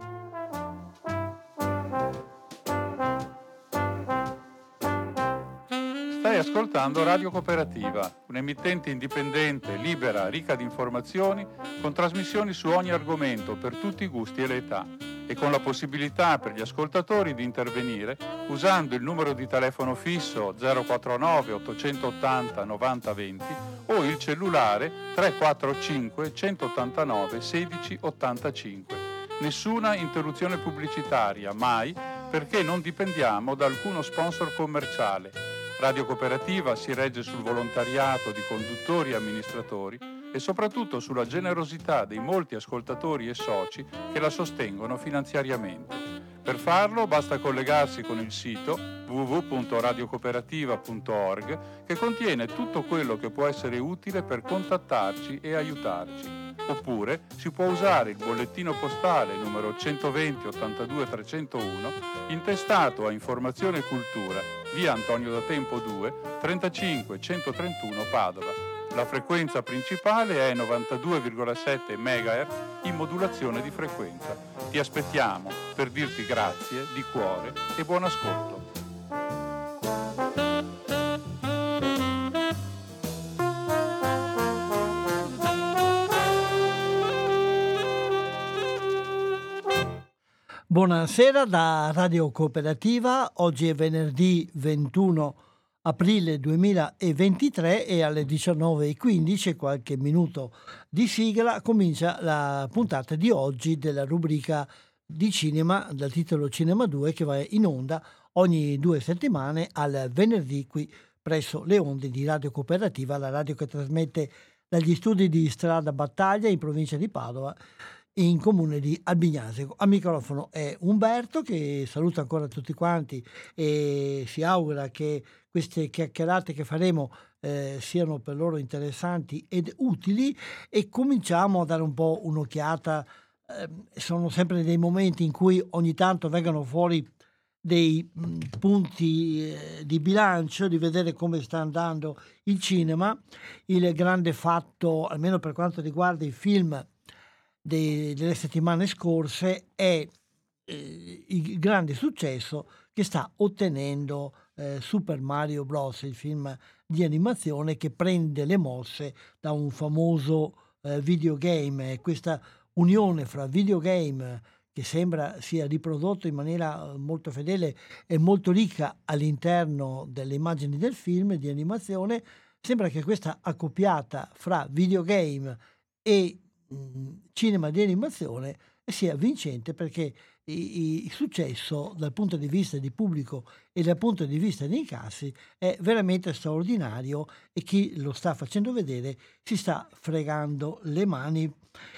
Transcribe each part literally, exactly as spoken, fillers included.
Stai ascoltando Radio Cooperativa, un'emittente indipendente, libera, ricca di informazioni, con trasmissioni su ogni argomento per tutti i gusti e le età, e con la possibilità per gli ascoltatori di intervenire usando il numero di telefono fisso zero quattro nove ottocentoottanta novanta venti o il cellulare tre quattro cinque centottantanove sedici ottantacinque. Nessuna interruzione pubblicitaria, mai, perché non dipendiamo da alcuno sponsor commerciale. Radio Cooperativa si regge sul volontariato di conduttori e amministratori e soprattutto sulla generosità dei molti ascoltatori e soci che la sostengono finanziariamente. Per farlo basta collegarsi con il sito w w w punto radiocooperativa punto org, che contiene tutto quello che può essere utile per contattarci e aiutarci. Oppure si può usare il bollettino postale numero centoventi ottantadue trecentouno, intestato a Informazione e Cultura, via Antonio da Tempo due, trentacinque centotrentuno Padova. La frequenza principale è novantadue virgola sette megahertz in modulazione di frequenza. Ti aspettiamo per dirti grazie di cuore e buon ascolto. Buonasera da Radio Cooperativa, oggi è venerdì ventuno aprile duemilaventitré e alle diciannove e quindici, qualche minuto di sigla, comincia la puntata di oggi della rubrica di cinema dal titolo Cinema due, che va in onda ogni due settimane al venerdì qui presso le onde di Radio Cooperativa, la radio che trasmette dagli studi di Strada Battaglia in provincia di Padova, in comune di Albignasego. Al microfono è Umberto, che saluta ancora tutti quanti e si augura che queste chiacchierate che faremo eh, siano per loro interessanti ed utili, e cominciamo a dare un po' un'occhiata. Eh, sono sempre dei momenti in cui ogni tanto vengono fuori dei mh, punti eh, di bilancio, di vedere come sta andando il cinema. Il grande fatto, almeno per quanto riguarda i film De, delle settimane scorse, è eh, il grande successo che sta ottenendo eh, Super Mario Bros., il film di animazione che prende le mosse da un famoso eh, videogame. Questa unione fra videogame, che sembra sia riprodotto in maniera molto fedele e molto ricca all'interno delle immagini del film di animazione, sembra che questa accoppiata fra videogame e cinema di animazione sia vincente, perché il successo dal punto di vista di pubblico e dal punto di vista dei incassi è veramente straordinario, e chi lo sta facendo vedere si sta fregando le mani,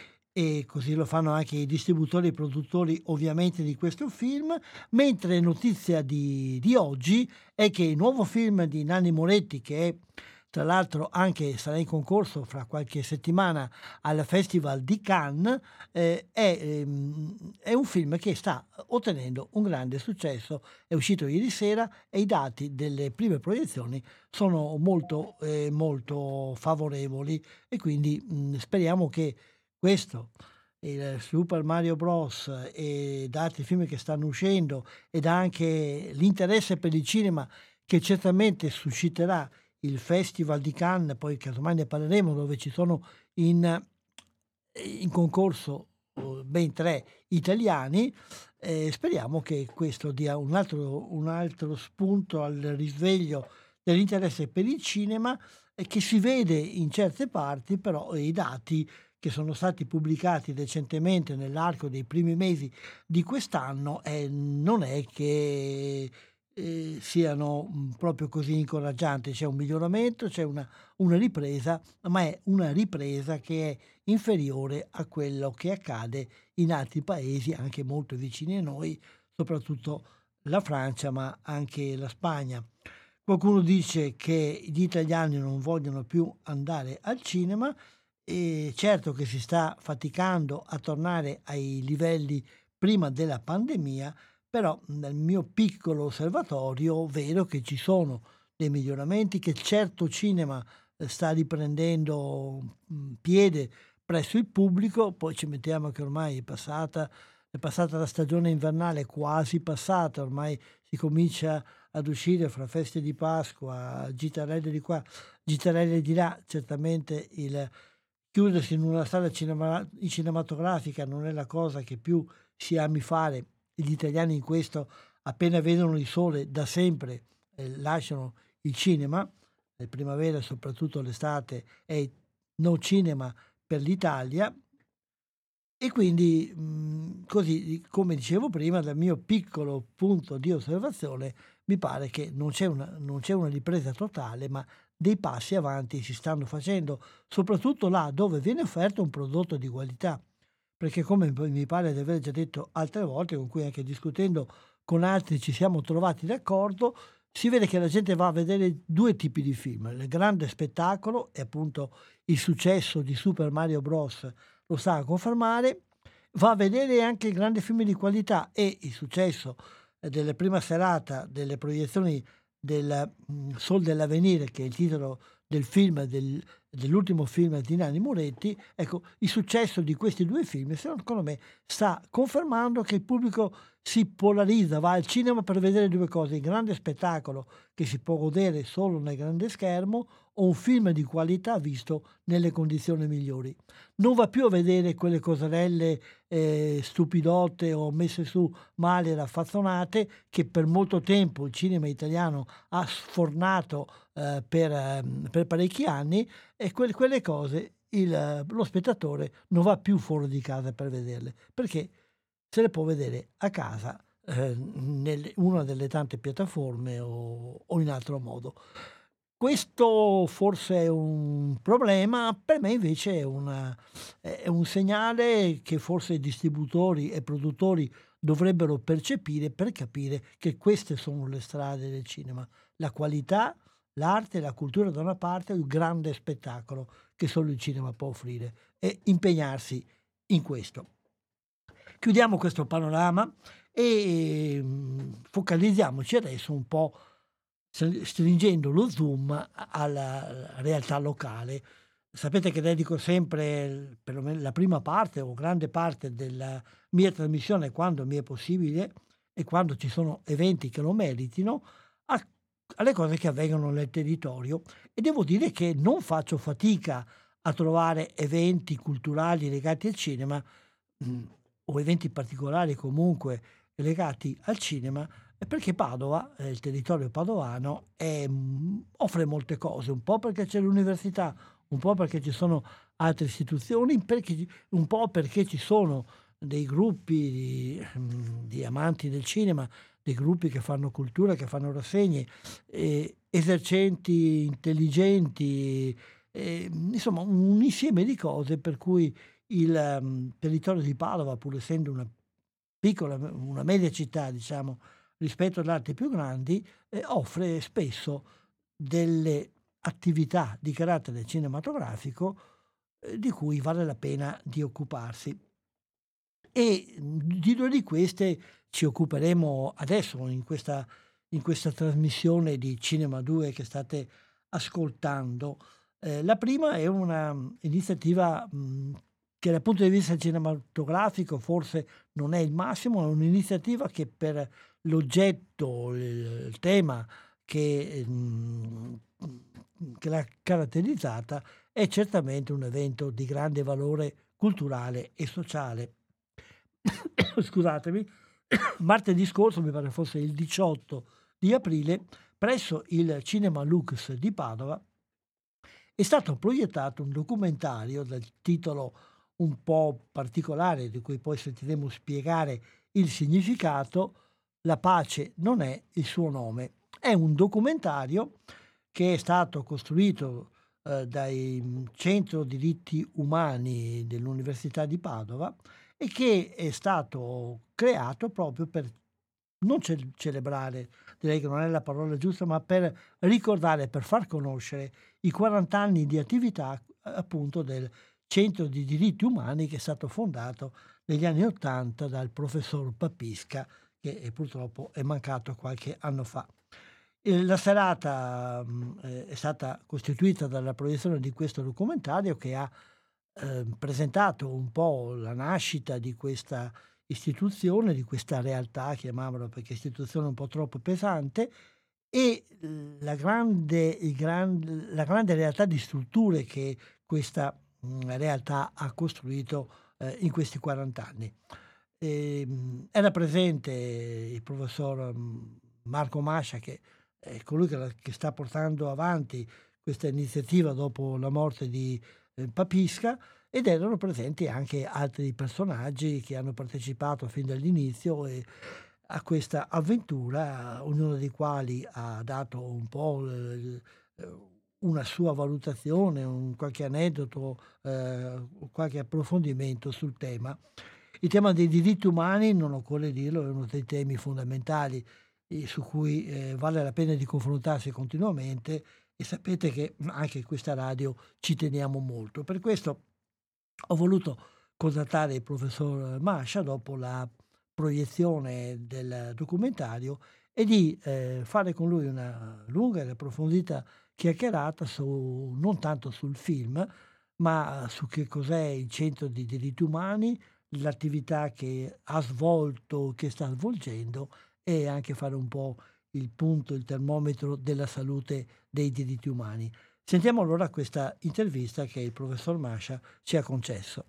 e così lo fanno anche i distributori e produttori ovviamente di questo film. Mentre notizia di, di oggi è che il nuovo film di Nanni Moretti, che è tra l'altro anche sarà in concorso fra qualche settimana al Festival di Cannes, eh, è, ehm, è un film che sta ottenendo un grande successo. È uscito ieri sera e i dati delle prime proiezioni sono molto, eh, molto favorevoli, e quindi mh, speriamo che questo, il Super Mario Bros., e da altri film che stanno uscendo, ed anche l'interesse per il cinema che certamente susciterà il Festival di Cannes, poi casomai ne parleremo, dove ci sono in, in concorso ben tre italiani. Eh, speriamo che questo dia un altro, un altro spunto al risveglio dell'interesse per il cinema, eh, che si vede in certe parti, però i dati che sono stati pubblicati recentemente nell'arco dei primi mesi di quest'anno eh, non è che Eh, siano mh, proprio così incoraggianti. C'è un miglioramento, c'è una, una ripresa, ma è una ripresa che è inferiore a quello che accade in altri paesi anche molto vicini a noi, soprattutto la Francia, ma anche la Spagna. Qualcuno dice che gli italiani non vogliono più andare al cinema, e certo che si sta faticando a tornare ai livelli prima della pandemia, però nel mio piccolo osservatorio vedo che ci sono dei miglioramenti, che certo cinema sta riprendendo piede presso il pubblico. Poi ci mettiamo che ormai è passata è passata la stagione invernale, quasi passata, ormai si comincia ad uscire fra feste di Pasqua, gitarelle di qua, gitarelle di là. Certamente il chiudersi in una sala cinema cinematografica non è la cosa che più si ami fare. Gli italiani in questo, appena vedono il sole, da sempre eh, lasciano il cinema. Le primavere, soprattutto l'estate, è no cinema per l'Italia. E quindi, mhmm, così, come dicevo prima, dal mio piccolo punto di osservazione, mi pare che non c'è una non c'è una ripresa totale, ma dei passi avanti si stanno facendo, soprattutto là dove viene offerto un prodotto di qualità. Perché, come poi mi pare di aver già detto altre volte, con cui anche discutendo con altri ci siamo trovati d'accordo, si vede che la gente va a vedere due tipi di film: il grande spettacolo, e appunto il successo di Super Mario Bros. Lo sta a confermare, va a vedere anche il grande film di qualità, e il successo eh, della prima serata delle proiezioni del mm, Sol dell'Avvenire, che è il titolo del film, del- dell'ultimo film di Nanni Moretti. Ecco, il successo di questi due film, secondo me, sta confermando che il pubblico si polarizza, va al cinema per vedere due cose: il grande spettacolo che si può godere solo nel grande schermo, o un film di qualità visto nelle condizioni migliori. Non va più a vedere quelle coserelle eh, stupidotte o messe su male raffazzonate, che per molto tempo il cinema italiano ha sfornato eh, per, ehm, per parecchi anni, e que- quelle cose il, lo spettatore non va più fuori di casa per vederle, perché se le può vedere a casa, eh, in una delle tante piattaforme, o, o in altro modo. Questo forse è un problema, per me invece è, una, è un segnale che forse i distributori e produttori dovrebbero percepire, per capire che queste sono le strade del cinema: la qualità, l'arte, la cultura da una parte, il grande spettacolo che solo il cinema può offrire, e impegnarsi in questo. Chiudiamo questo panorama e mm, focalizziamoci adesso un po', s- stringendo lo zoom a- alla realtà locale. Sapete che dedico sempre perlomeno la prima parte o grande parte della mia trasmissione, quando mi è possibile e quando ci sono eventi che lo meritino, a- alle cose che avvengono nel territorio. E devo dire che non faccio fatica a trovare eventi culturali legati al cinema, mh, o eventi particolari comunque legati al cinema, eh, perché Padova, eh, il territorio padovano, è, mh, offre molte cose, un po' perché c'è l'università, un po' perché ci sono altre istituzioni, perché, un po' perché ci sono dei gruppi di, mh, di amanti del cinema, dei gruppi che fanno cultura, che fanno rassegne, eh, esercenti, intelligenti, eh, insomma un insieme di cose per cui il um, territorio di Padova, pur essendo una piccola, una media città, diciamo, rispetto ad altre più grandi, eh, offre spesso delle attività di carattere cinematografico eh, di cui vale la pena di occuparsi. E mh, di due di queste ci occuperemo adesso in questa, in questa trasmissione di Cinema due che state ascoltando. Eh, la prima è una mh, iniziativa mh, che dal punto di vista cinematografico forse non è il massimo, è un'iniziativa che per l'oggetto, il, il tema che, mh, che l'ha caratterizzata, è certamente un evento di grande valore culturale e sociale. Scusatemi, martedì scorso, mi pare fosse il diciotto di aprile, presso il Cinema Lux di Padova, è stato proiettato un documentario dal titolo un po' particolare, di cui poi sentiremo spiegare il significato: La pace non è il suo nome. È un documentario che è stato costruito eh, dai mm, Centro Diritti Umani dell'Università di Padova, e che è stato creato proprio per non ce- celebrare, direi che non è la parola giusta, ma per ricordare, per far conoscere i quaranta anni di attività eh, appunto del Centro di Diritti Umani, che è stato fondato negli anni ottanta dal professor Papisca, che eh, purtroppo è mancato qualche anno fa. E la serata mh, eh, è stata costituita dalla proiezione di questo documentario, che ha eh, presentato un po' la nascita di questa istituzione, di questa realtà, chiamiamola, perché istituzione è un po' troppo pesante, e la grande, il gran, la grande realtà di strutture che questa mh, realtà ha costruito eh, in questi quaranta anni. E, mh, era presente il professor mh, Marco Mascia, che è colui che, la- che sta portando avanti questa iniziativa dopo la morte di eh, Papisca, ed erano presenti anche altri personaggi che hanno partecipato fin dall'inizio e a questa avventura, ognuno dei quali ha dato un po' eh, una sua valutazione, un qualche aneddoto, eh, qualche approfondimento sul tema. Il tema dei diritti umani, non occorre dirlo, è uno dei temi fondamentali eh, su cui eh, vale la pena di confrontarsi continuamente, e sapete che anche in questa radio ci teniamo molto. Per questo ho voluto contattare il professor Mascia dopo la proiezione del documentario e di eh, fare con lui una lunga e approfondita chiacchierata su, non tanto sul film, ma su che cos'è il Centro di Diritti Umani, l'attività che ha svolto, che sta svolgendo, e anche fare un po' il punto, il termometro della salute dei diritti umani. Sentiamo allora questa intervista che il professor Mascia ci ha concesso.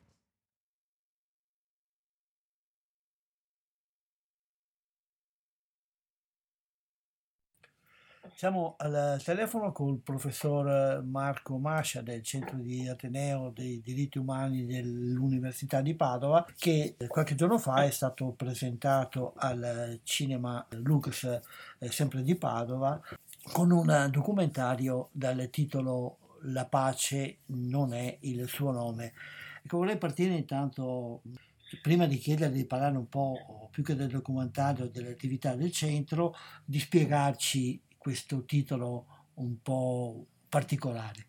Siamo al telefono col professor Marco Mascia del Centro di Ateneo dei diritti umani dell'Università di Padova, che qualche giorno fa è stato presentato al Cinema Lux, eh, sempre di Padova, con un documentario dal titolo La pace non è il suo nome. Ecco, vorrei partire intanto, prima di chiedergli di parlare un po' più che del documentario, delle attività del centro, di spiegarci questo titolo un po' particolare.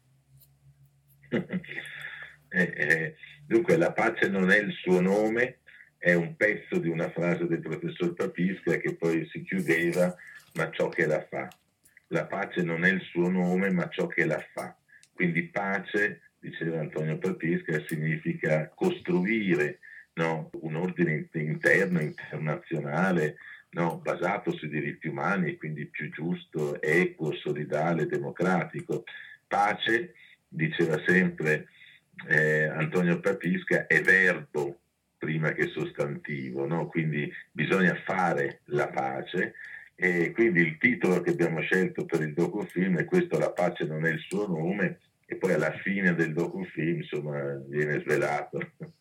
Eh, eh, dunque, la pace non è il suo nome, è un pezzo di una frase del professor Papisca che poi si chiudeva, ma ciò che la fa. La pace non è il suo nome, ma ciò che la fa. Quindi pace, diceva Antonio Papisca, significa costruire, no, un ordine interno, internazionale, no, basato sui diritti umani, quindi più giusto, equo, solidale, democratico. Pace, diceva sempre eh, Antonio Papisca, è verbo prima che sostantivo, no? Quindi bisogna fare la pace, e quindi il titolo che abbiamo scelto per il docufilm è questo: La pace non è il suo nome, e poi alla fine del docufilm insomma viene svelato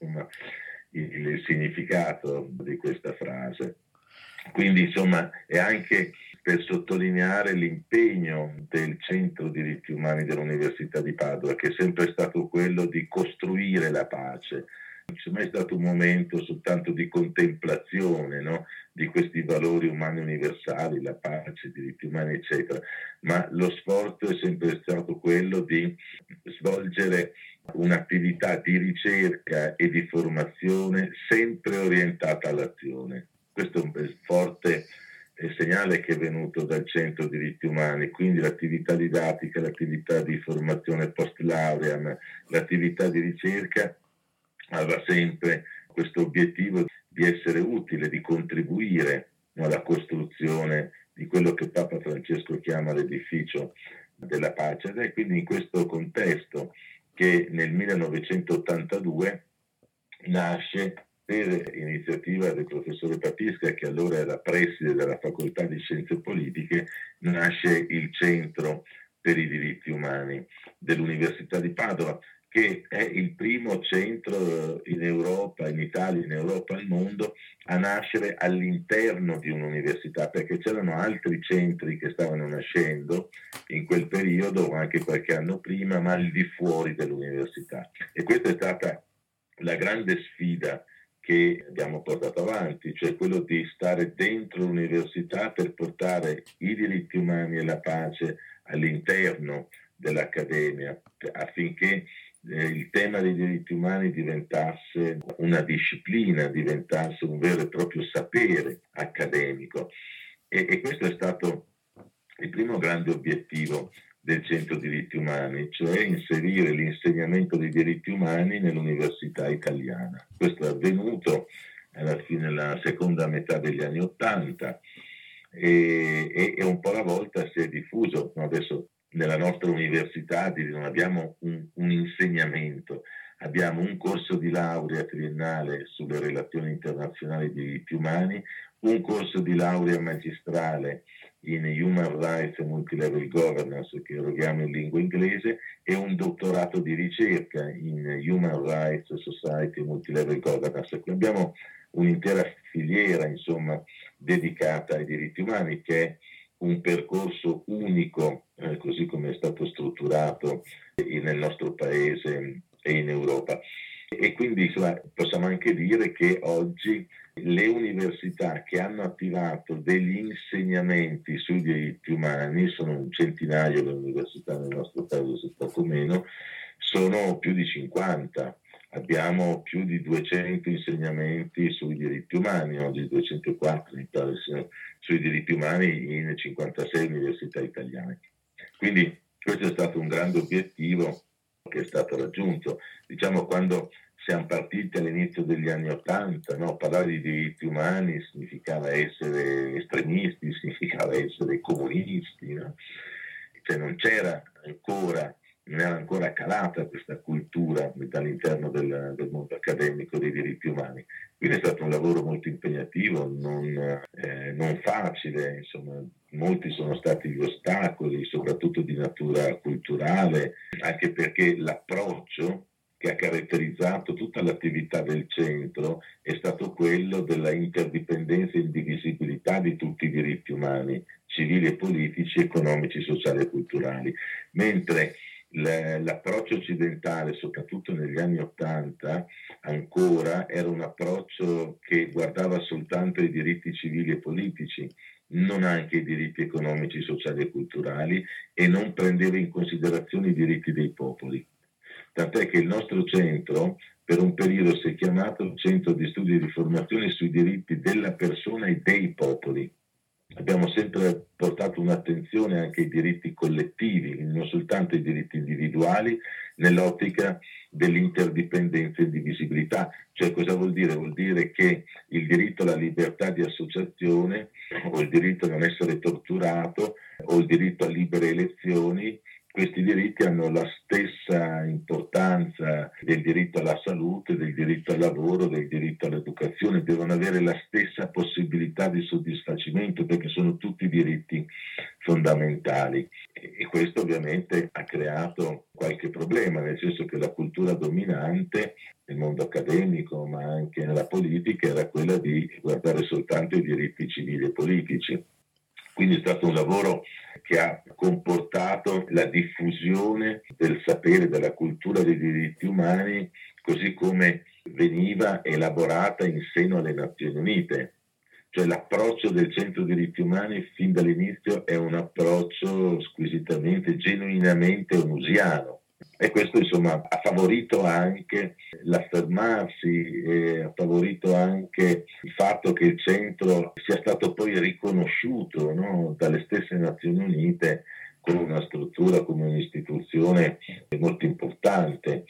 il, il significato di questa frase. Quindi insomma è anche per sottolineare l'impegno del Centro Diritti Umani dell'Università di Padova, che è sempre stato quello di costruire la pace. Non c'è mai stato un momento soltanto di contemplazione, no? Di questi valori umani universali, la pace, i diritti umani, eccetera, ma lo sforzo è sempre stato quello di svolgere un'attività di ricerca e di formazione sempre orientata all'azione. Questo è un forte segnale che è venuto dal Centro Diritti Umani, quindi l'attività didattica, l'attività di formazione post laurea, l'attività di ricerca aveva sempre questo obiettivo di essere utile, di contribuire alla costruzione di quello che Papa Francesco chiama l'edificio della pace. Ed è quindi in questo contesto che nel millenovecentottantadue nasce, per iniziativa del professore Papisca, che allora era preside della Facoltà di Scienze Politiche, nasce il Centro per i Diritti Umani dell'Università di Padova, che è il primo centro in Europa, in Italia, in Europa, al mondo, a nascere all'interno di un'università, perché c'erano altri centri che stavano nascendo in quel periodo, o anche qualche anno prima, ma al di fuori dell'università. E questa è stata la grande sfida che abbiamo portato avanti, cioè quello di stare dentro l'università per portare i diritti umani e la pace all'interno dell'accademia, affinché eh, il tema dei diritti umani diventasse una disciplina, diventasse un vero e proprio sapere accademico. E, e questo è stato il primo grande obiettivo del Centro Diritti Umani, cioè inserire l'insegnamento dei diritti umani nell'università italiana. Questo è avvenuto alla fine, nella seconda metà degli anni Ottanta, e, e, e un po' alla volta si è diffuso. Adesso nella nostra università non abbiamo un, un insegnamento, abbiamo un corso di laurea triennale sulle relazioni internazionali dei diritti umani, un corso di laurea magistrale in Human Rights e Multilevel Governance che eroghiamo in lingua inglese, e un dottorato di ricerca in Human Rights, Society e Multilevel Governance. Qui abbiamo un'intera filiera, insomma, dedicata ai diritti umani, che è un percorso unico, eh, così come è stato strutturato eh, nel nostro paese e in Europa. E quindi insomma, possiamo anche dire che oggi le università che hanno attivato degli insegnamenti sui diritti umani, sono un centinaio le università nel nostro paese, se poco meno, sono più di cinquanta. Abbiamo più di duecento insegnamenti sui diritti umani, oggi duecentoquattro mi pare siano sui diritti umani in cinquantasei università italiane. Quindi questo è stato un grande obiettivo che è stato raggiunto. Diciamo, quando siamo partiti all'inizio degli anni Ottanta, no? Parlare di diritti umani significava essere estremisti, significava essere comunisti, no? Cioè non c'era ancora, non era ancora calata questa cultura dall'interno del, del mondo accademico dei diritti umani. Quindi è stato un lavoro molto impegnativo, non, eh, non facile, insomma, molti sono stati gli ostacoli, soprattutto di natura culturale, anche perché l'approccio che ha caratterizzato tutta l'attività del centro è stato quello della interdipendenza e indivisibilità di tutti i diritti umani, civili e politici, economici, sociali e culturali, mentre l'approccio occidentale, soprattutto negli anni Ottanta, ancora era un approccio che guardava soltanto ai diritti civili e politici, non anche i diritti economici, sociali e culturali, e non prendeva in considerazione i diritti dei popoli. Tant'è che il nostro centro per un periodo si è chiamato Centro di Studi e di Formazione sui diritti della persona e dei popoli. Abbiamo sempre portato un'attenzione anche ai diritti collettivi, non soltanto ai diritti individuali, nell'ottica dell'interdipendenza e indivisibilità. Cioè, cosa vuol dire? Vuol dire che il diritto alla libertà di associazione, o il diritto a non essere torturato, o il diritto a libere elezioni, questi diritti hanno la stessa importanza del diritto alla salute, del diritto al lavoro, del diritto all'educazione, devono avere la stessa possibilità di soddisfacimento, perché sono tutti diritti fondamentali. E questo ovviamente ha creato qualche problema, nel senso che la cultura dominante nel mondo accademico, ma anche nella politica, era quella di guardare soltanto i diritti civili e politici. Quindi è stato un lavoro che ha comportato la diffusione del sapere, della cultura dei diritti umani, così come veniva elaborata in seno alle Nazioni Unite. Cioè l'approccio del Centro Diritti Umani fin dall'inizio è un approccio squisitamente, genuinamente onusiano. E questo insomma ha favorito anche l'affermarsi, e ha favorito anche il fatto che il centro sia stato poi riconosciuto, no, dalle stesse Nazioni Unite come una struttura, come un'istituzione molto importante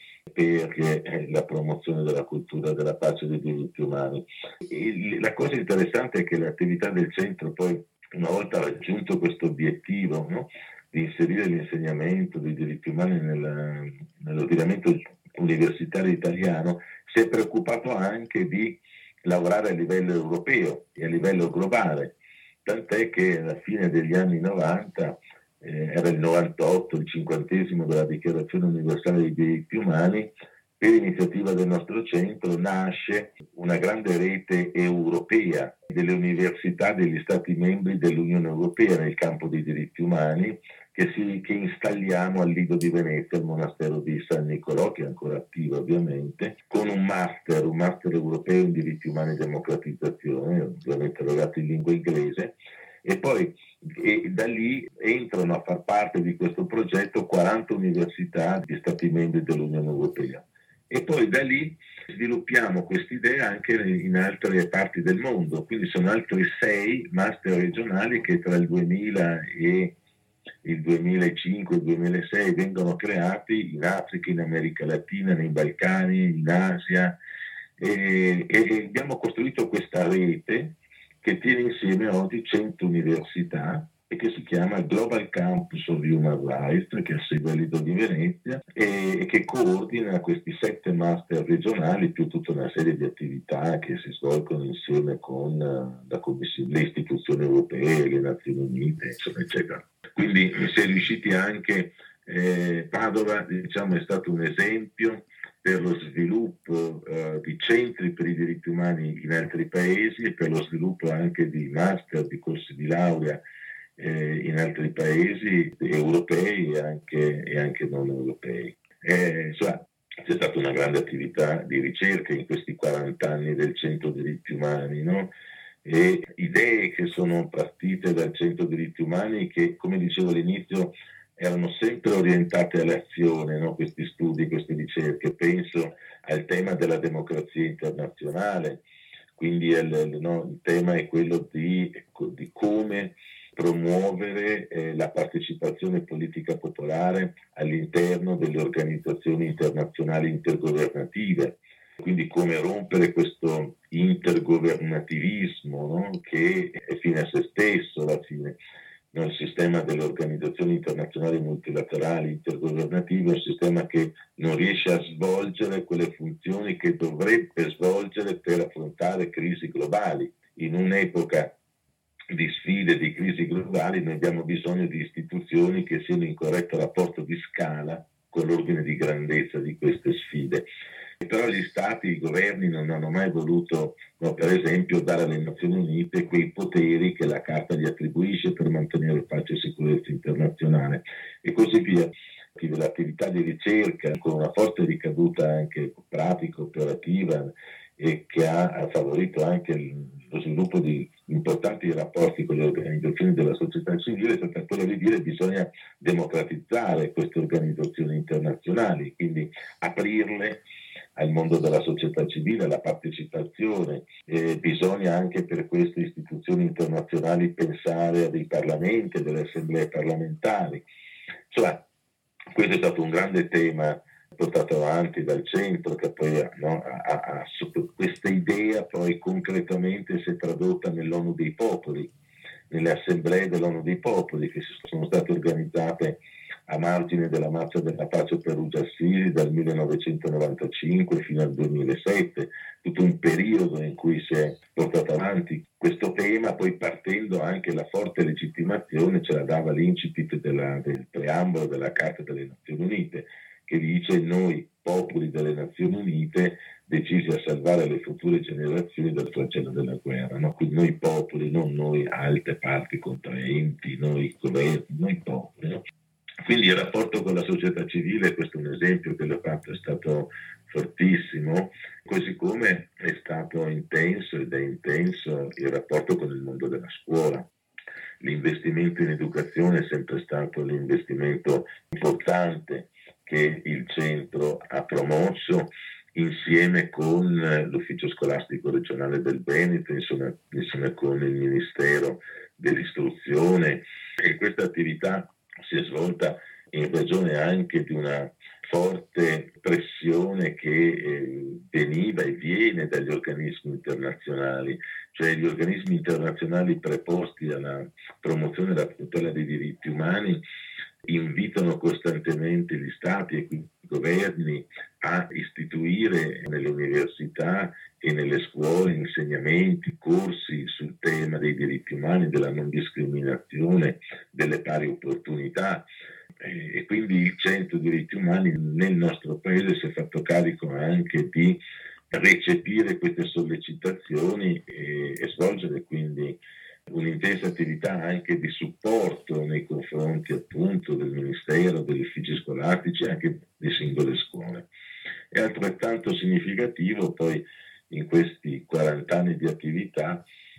per la promozione della cultura della pace e dei diritti umani. E la cosa interessante è che l'attività del centro poi, una volta raggiunto questo obiettivo, no, di inserire l'insegnamento dei diritti umani nel, nell'ordinamento universitario italiano, si è preoccupato anche di lavorare a livello europeo e a livello globale, tant'è che alla fine degli anni novanta, eh, era il novantotto, il cinquantesimo della Dichiarazione Universale dei Diritti Umani, per iniziativa del nostro centro nasce una grande rete europea delle università degli Stati membri dell'Unione Europea nel campo dei diritti umani, che, si, che installiamo al Lido di Venezia, al monastero di San Nicolò, che è ancora attivo ovviamente, con un master, un master europeo in diritti umani e democratizzazione, ovviamente erogato in lingua inglese, e poi e da lì entrano a far parte di questo progetto quaranta università di Stati membri dell'Unione Europea. E poi da lì sviluppiamo quest'idea anche in altre parti del mondo, quindi sono altri sei master regionali che tra il duemila e il duemilacinque, il duemilasei vengono creati in Africa, in America Latina, nei Balcani, in Asia, e, e abbiamo costruito questa rete che tiene insieme oggi cento università e che si chiama Global Campus of Human Rights, che segue il Lido di Venezia e, e che coordina questi sette master regionali più tutta una serie di attività che si svolgono insieme con la Commissione, le istituzioni europee, le Nazioni Unite, eccetera, eccetera. Quindi si è riusciti anche, eh, Padova diciamo è stato un esempio per lo sviluppo eh, di centri per i diritti umani in altri paesi e per lo sviluppo anche di master, di corsi di laurea eh, in altri paesi europei e anche, e anche non europei. Eh, insomma, c'è stata una grande attività di ricerca in questi quaranta anni del Centro Diritti Umani, no? E idee che sono partite dal Centro Diritti Umani che, come dicevo all'inizio, erano sempre orientate all'azione, no? Questi studi, queste ricerche. Penso al tema della democrazia internazionale, quindi il, no, il tema è quello di, di come promuovere eh, la partecipazione politica popolare all'interno delle organizzazioni internazionali intergovernative, quindi come rompere questo intergovernativismo, no? Che è fine a se stesso alla fine. Il sistema delle organizzazioni internazionali multilaterali intergovernative è un sistema che non riesce a svolgere quelle funzioni che dovrebbe svolgere per affrontare crisi globali. In un'epoca di sfide, di crisi globali, noi abbiamo bisogno di istituzioni che siano in corretto rapporto di scala con l'ordine di grandezza di queste sfide. Però gli stati, i governi non hanno mai voluto, no, per esempio, dare alle Nazioni Unite quei poteri che la Carta gli attribuisce per mantenere pace e sicurezza internazionale e così via. L'attività di ricerca con una forte ricaduta anche pratica, operativa e che ha favorito anche lo sviluppo di importanti rapporti con le organizzazioni della società civile è stata quella di dire che bisogna democratizzare queste organizzazioni internazionali, quindi aprirle al mondo della società civile, alla partecipazione. Eh, bisogna anche per queste istituzioni internazionali pensare a dei parlamenti, a delle assemblee parlamentari. Insomma, questo è stato un grande tema portato avanti dal centro, che poi no, ha, ha, ha, questa idea poi concretamente si è tradotta nell'ONU dei Popoli, nelle assemblee dell'ONU dei Popoli che sono state organizzate a margine della Marcia della Pace Perugia Sili dal millenovecentonovantacinque fino al duemilasette, tutto un periodo in cui si è portato avanti questo tema, poi partendo anche la forte legittimazione, ce la dava l'incipit della, del preambolo della Carta delle Nazioni Unite, che dice: noi, popoli delle Nazioni Unite, decisi a salvare le future generazioni dal flagello della guerra. No? Quindi noi popoli, non noi alte parti contraenti, noi governi, noi popoli. No? Quindi il rapporto con la società civile, questo è un esempio che l'ho fatto, è stato fortissimo, così come è stato intenso ed è intenso il rapporto con il mondo della scuola. L'investimento in educazione è sempre stato l'investimento importante che il centro ha promosso insieme con l'ufficio scolastico regionale del Veneto, insieme, insieme con il Ministero dell'Istruzione, e questa attività si è svolta in ragione anche di una forte pressione che eh, veniva e viene dagli organismi internazionali, cioè gli organismi internazionali preposti alla promozione e alla tutela dei diritti umani invitano costantemente gli stati e i governi a istituire nelle università e nelle scuole insegnamenti, corsi sul tema dei diritti umani, della non discriminazione, delle pari opportunità. E quindi il Centro Diritti Umani nel nostro paese si è fatto carico anche di recepire queste sollecitazioni e, e svolgere quindi un'intensa attività anche di supporto nei confronti appunto del Ministero, degli uffici scolastici e anche di singole scuole. È altrettanto significativo poi in questi quaranta anni di attività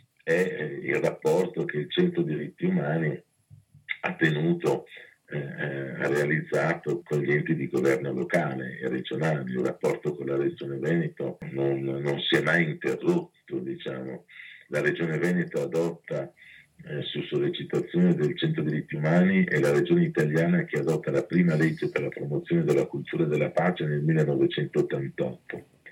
è il rapporto che il Centro Diritti Umani ha tenuto, eh, ha realizzato con gli enti di governo locale e regionali. Il rapporto con la Regione Veneto non, non si è mai interrotto, diciamo. La Regione Veneto adotta, eh, su sollecitazione del Centro Diritti Umani, è la regione italiana che adotta la prima legge per la promozione della cultura e della pace nel millenovecentottantotto.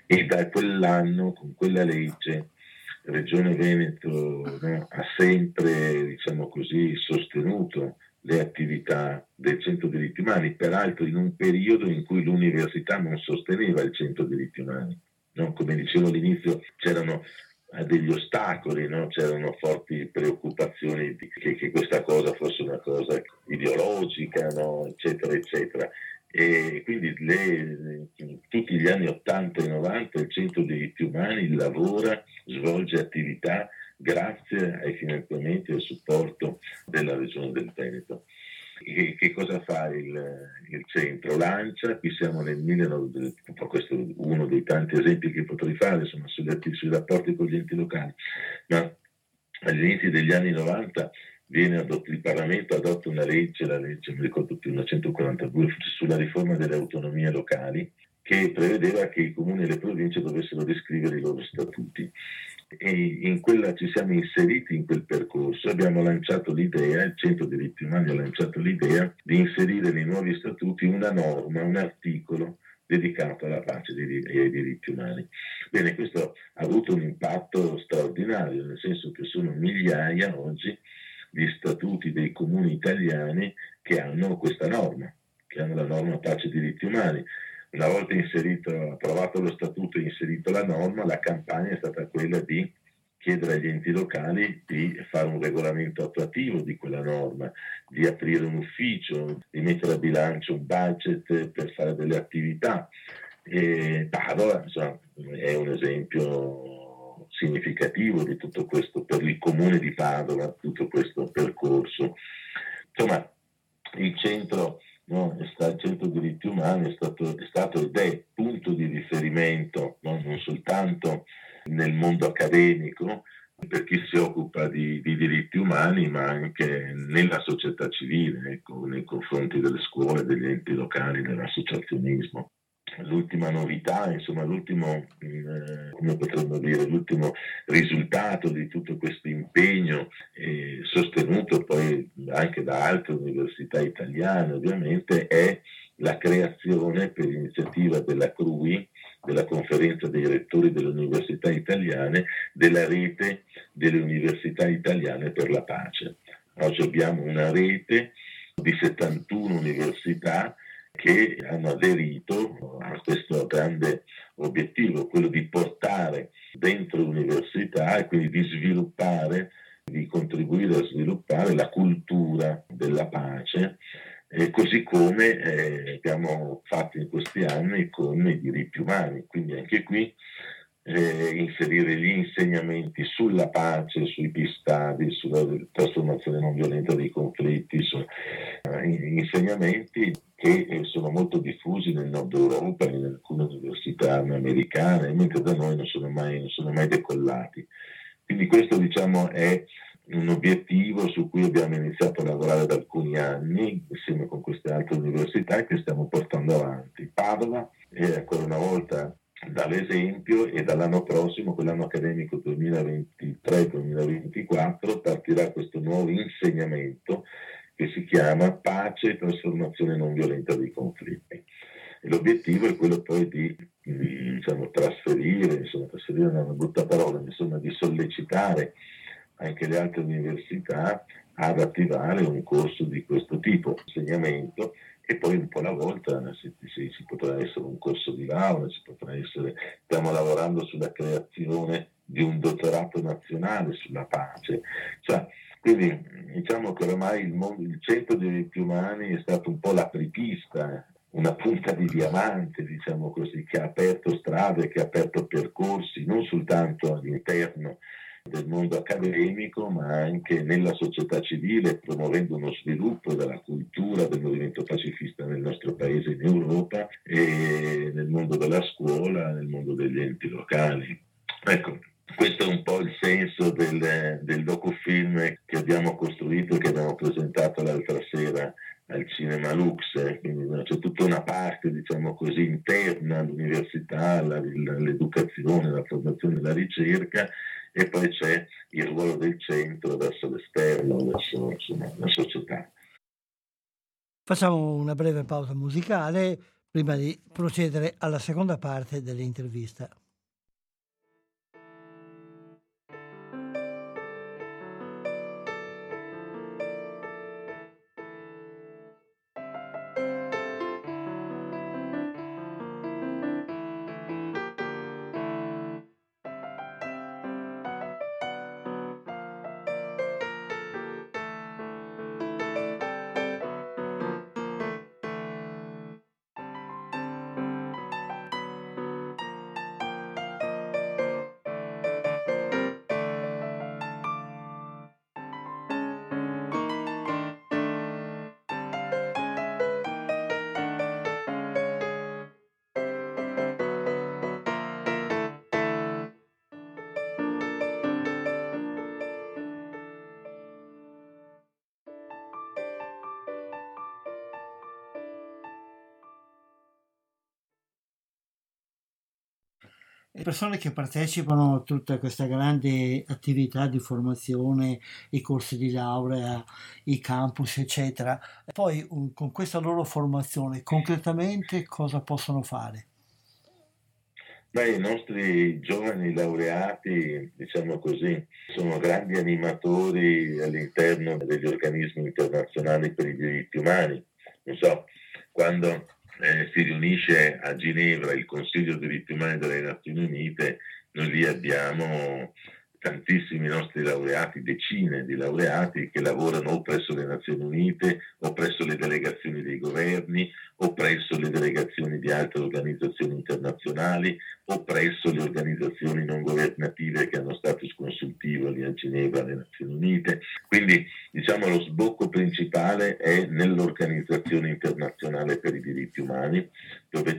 e da quell'anno, con quella legge, Regione Veneto, no, ha sempre, diciamo così, sostenuto le attività del Centro Diritti Umani, peraltro in un periodo in cui l'università non sosteneva il Centro Diritti Umani. No? Come dicevo all'inizio, c'erano degli ostacoli, no? C'erano forti preoccupazioni di che, che questa cosa fosse una cosa ideologica, no? eccetera, eccetera. E quindi le, tutti gli anni ottanta e novanta il Centro Diritti Umani lavora, svolge attività grazie ai finanziamenti e al supporto della Regione del Veneto. Che, che cosa fa il, il centro? Lancia, qui siamo nel millenovecento, questo è uno dei tanti esempi che potrei fare, insomma, sugli, sui rapporti con gli enti locali, ma agli inizi degli anni novanta viene adotto, il Parlamento adotta una legge, la legge, mi ricordo più, una centoquarantadue, sulla riforma delle autonomie locali, che prevedeva che i comuni e le province dovessero riscrivere i loro statuti. E in quella ci siamo inseriti in quel percorso, abbiamo lanciato l'idea, il Centro Diritti Umani ha lanciato l'idea di inserire nei nuovi statuti una norma, un articolo dedicato alla pace e ai diritti umani. Bene, questo ha avuto un impatto straordinario, nel senso che sono migliaia oggi di statuti dei comuni italiani che hanno questa norma, che hanno la norma pace e diritti umani. Una volta inserito, approvato lo statuto e inserito la norma, la campagna è stata quella di chiedere agli enti locali di fare un regolamento attuativo di quella norma, di aprire un ufficio, di mettere a bilancio un budget per fare delle attività. E Padova, insomma, è un esempio significativo di tutto questo, per il comune di Padova, tutto questo percorso. Insomma, il centro... No, il Centro Diritti Umani è stato, è stato ed è punto di riferimento, no? Non soltanto nel mondo accademico per chi si occupa di, di diritti umani, ma anche nella società civile, ecco, nei confronti delle scuole, degli enti locali, dell'associazionismo. L'ultima novità, insomma, l'ultimo, eh, come potremmo dire, l'ultimo risultato di tutto questo impegno eh, sostenuto poi anche da altre università italiane, ovviamente, è la creazione per iniziativa della C R U I, della Conferenza dei Rettori delle Università Italiane, della rete delle Università Italiane per la Pace. Oggi abbiamo una rete di settantuno università che hanno aderito a questo grande obiettivo, quello di portare dentro l'università e quindi di sviluppare, di contribuire a sviluppare la cultura della pace, eh, così come eh, abbiamo fatto in questi anni con i diritti umani. Quindi anche qui eh, inserire gli insegnamenti sulla pace, sui peace study, sulla trasformazione non violenta dei conflitti, su, eh, insegnamenti che sono molto diffusi nel nord Europa e in alcune università americane, mentre da noi non sono mai, non sono mai decollati. Quindi questo, diciamo, è un obiettivo su cui abbiamo iniziato a lavorare da alcuni anni insieme con queste altre università e che stiamo portando avanti. Padova è ancora una volta dà l'esempio e dall'anno prossimo, quell'anno accademico duemilaventitré duemilaventiquattro, partirà questo nuovo insegnamento che si chiama Pace e trasformazione non violenta dei conflitti. E l'obiettivo è quello poi di, di diciamo, trasferire, insomma, trasferire è una brutta parola, insomma, di sollecitare anche le altre università ad attivare un corso di questo tipo, insegnamento, e poi un po' alla volta si, si, si potrà essere un corso di laurea, si potrà essere, stiamo lavorando sulla creazione di un dottorato nazionale sulla pace. Cioè, quindi diciamo che ormai il, mondo, il Centro dei Diritti Umani è stato un po' l'apripista, una punta di diamante, diciamo così, che ha aperto strade, che ha aperto percorsi, non soltanto all'interno del mondo accademico, ma anche nella società civile, promuovendo uno sviluppo della cultura del movimento pacifista nel nostro paese, in Europa, e nel mondo della scuola, nel mondo degli enti locali. Ecco, questo è un po' il senso del, del docufilm che abbiamo costruito e che abbiamo presentato l'altra sera al Cinema Lux, eh. Quindi c'è tutta una parte, diciamo così, interna all'università, l'educazione, la formazione e la ricerca, e poi c'è il ruolo del centro verso l'esterno, verso insomma, la società. Facciamo una breve pausa musicale prima di procedere alla seconda parte dell'intervista. Le persone che partecipano a tutta questa grande attività di formazione, i corsi di laurea, i campus, eccetera, poi um, con questa loro formazione concretamente cosa possono fare? Beh, i nostri giovani laureati, diciamo così, sono grandi animatori all'interno degli organismi internazionali per i diritti umani. Non so, quando eh, si riunisce a Ginevra il Consiglio dei diritti umani delle Nazioni Unite, noi lì abbiamo tantissimi nostri laureati, decine di laureati che lavorano o presso le Nazioni Unite o presso le delegazioni dei governi o presso le delegazioni di altre organizzazioni internazionali o presso le organizzazioni non governative che hanno status consultivo lì a Ginevra alle Nazioni Unite. Quindi diciamo lo sbocco principale è nell'Organizzazione Internazionale per i Diritti Umani, dove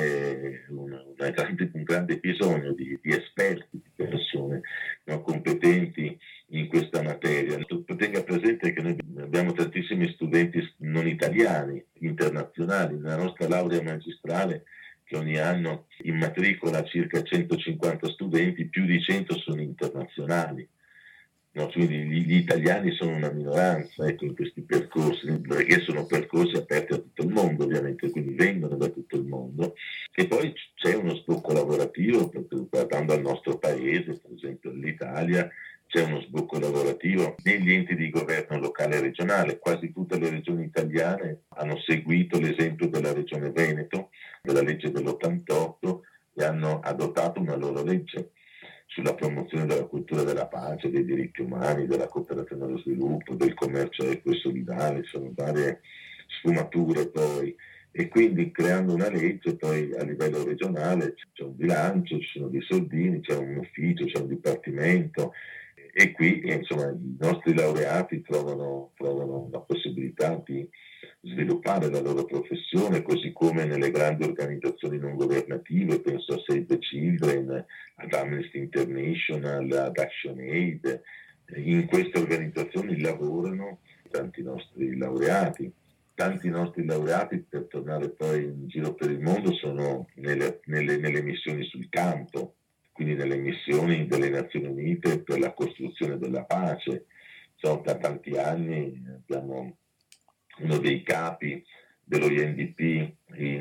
c'è una, una grande, un grande bisogno di, di esperti, di persone no, competenti in questa materia. Tenga presente che noi abbiamo tantissimi studenti non italiani, internazionali. Nella nostra laurea magistrale, che ogni anno immatricola circa centocinquanta studenti, più di cento sono internazionali. No, quindi gli, gli italiani sono una minoranza ecco, in questi percorsi, perché sono percorsi aperti a tutto il mondo, ovviamente, quindi vengono da tutto il mondo. E poi c'è uno sbocco lavorativo, guardando al nostro paese, per esempio l'Italia, c'è uno sbocco lavorativo negli enti di governo locale e regionale. Quasi tutte le regioni italiane hanno seguito l'esempio della regione Veneto, della legge dell'ottantotto, e hanno adottato una loro legge sulla promozione della cultura della pace, dei diritti umani, della cooperazione allo sviluppo, del commercio equo e solidale. Ci sono varie sfumature poi. E quindi creando una legge poi a livello regionale c'è un bilancio, ci sono dei soldini, c'è un ufficio, c'è un dipartimento. E qui insomma i nostri laureati trovano, trovano la possibilità di sviluppare la loro professione, così come nelle grandi organizzazioni non governative, penso a Save the Children, ad Amnesty International, ad ActionAid. In queste organizzazioni lavorano tanti nostri laureati. Tanti nostri laureati, per tornare poi in giro per il mondo, sono nelle, nelle, nelle missioni sul campo, quindi nelle missioni delle Nazioni Unite per la costruzione della pace. Sono da tanti anni, abbiamo uno dei capi dello I N D P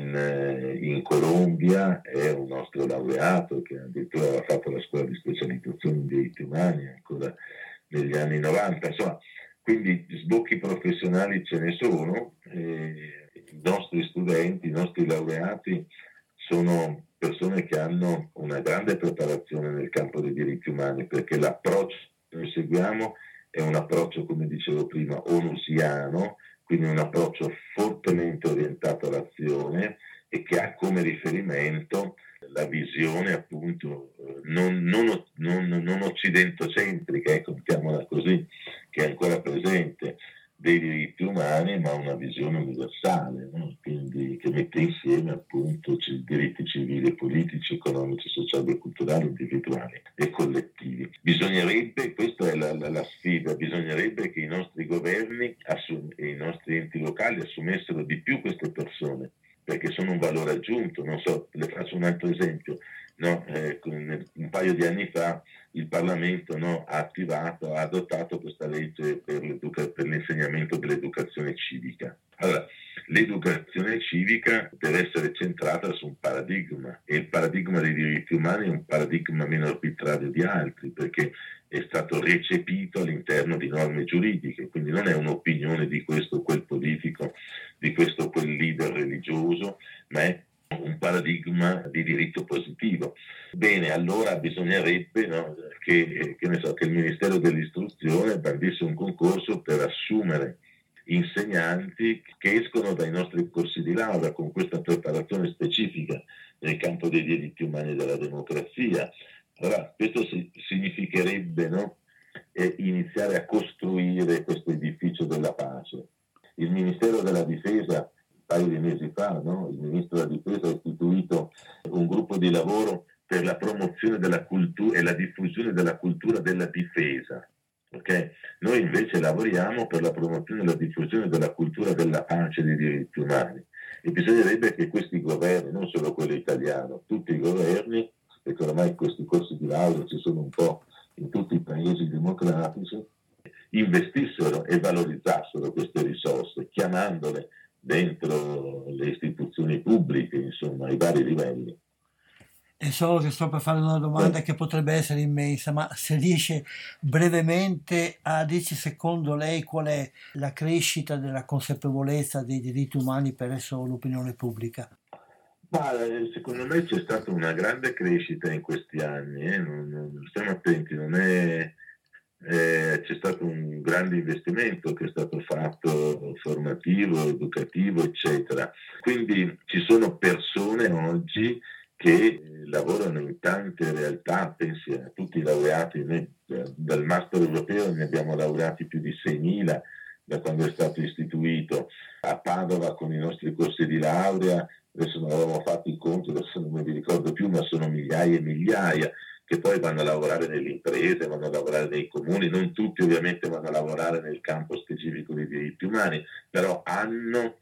in, in Colombia, è un nostro laureato che addirittura aveva fatto la scuola di specializzazione in diritti umani ancora negli anni novanta. Insomma, quindi sbocchi professionali ce ne sono, e i nostri studenti, i nostri laureati sono persone che hanno una grande preparazione nel campo dei diritti umani, perché l'approccio che noi seguiamo è un approccio, come dicevo prima, onusiano, quindi un approccio fortemente orientato all'azione e che ha come riferimento la visione appunto non, non, non, non occidentocentrica, ecco, mettiamola così, che è ancora presente, dei diritti umani, ma una visione universale, no? Quindi che mette insieme appunto diritti civili, politici, economici, sociali e culturali, individuali e collettivi. Bisognerebbe, questa è la, la, la sfida, bisognerebbe che i nostri governi assum- e i nostri enti locali assumessero di più queste persone, perché sono un valore aggiunto. Non so, le faccio un altro esempio. No, eh, un paio di anni fa il Parlamento no, ha attivato, ha adottato questa legge per, per l'insegnamento dell'educazione civica. Allora, l'educazione civica deve essere centrata su un paradigma, e il paradigma dei diritti umani è un paradigma meno arbitrario di altri, perché è stato recepito all'interno di norme giuridiche, quindi non è un'opinione di questo o quel politico, di questo o quel leader religioso, ma è un paradigma di diritto positivo. Bene, allora bisognerebbe, no, che, che, ne so, che il Ministero dell'Istruzione bandisse un concorso per assumere insegnanti che escono dai nostri corsi di laurea con questa preparazione specifica nel campo dei diritti umani e della democrazia. Allora, questo si, significherebbe, no, eh, iniziare a costruire questo edificio della pace. Il Ministero della Difesa, un paio di mesi fa, no, il Ministro della Difesa ha istituito un gruppo di lavoro per la promozione della cultura e la diffusione della cultura della difesa. Okay? Noi invece lavoriamo per la promozione e la diffusione della cultura della pace e dei diritti umani, e bisognerebbe che questi governi, non solo quello italiano, tutti i governi, perché ormai questi corsi di laurea ci sono un po' in tutti i paesi democratici, investissero e valorizzassero queste risorse, chiamandole dentro le istituzioni pubbliche, insomma, ai vari livelli. È solo che sto per fare una domanda che potrebbe essere immensa, ma se riesce brevemente a dirci, secondo lei, qual è la crescita della consapevolezza dei diritti umani presso l'opinione pubblica? Ma secondo me c'è stata una grande crescita in questi anni, eh? non, non, stiamo attenti, non è, eh, c'è stato un grande investimento che è stato fatto, formativo, educativo, eccetera. Quindi ci sono persone oggi che lavorano in tante realtà, pensi a tutti i laureati, noi dal master europeo ne abbiamo laureati più di seimila da quando è stato istituito, a Padova con i nostri corsi di laurea, adesso non avevamo fatto i conti, adesso non me li ricordo più, ma sono migliaia e migliaia che poi vanno a lavorare nelle imprese, vanno a lavorare nei comuni, non tutti ovviamente vanno a lavorare nel campo specifico dei diritti umani, però hanno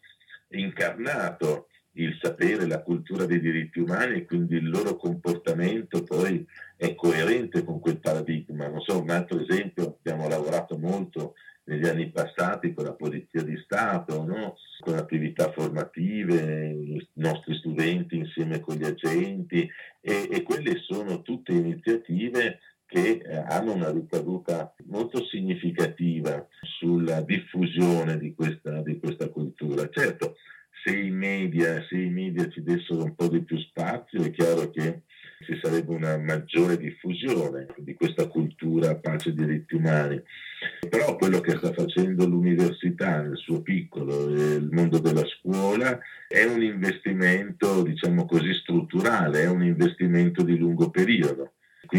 incarnato il sapere, la cultura dei diritti umani, e quindi il loro comportamento poi è coerente con quel paradigma. Non so, un altro esempio, abbiamo lavorato molto negli anni passati con la Polizia di Stato, no? Con attività formative, i nostri studenti insieme con gli agenti, e, e quelle sono tutte iniziative che eh, hanno una ricaduta molto significativa sulla diffusione di questa, di questa cultura. Certo, se i media, se i media ci dessero un po' di più spazio, è chiaro che ci sarebbe una maggiore diffusione di questa cultura pace e diritti umani. Però quello che sta facendo l'università nel suo piccolo e il mondo della scuola è un investimento, diciamo così, strutturale, è un investimento di lungo periodo.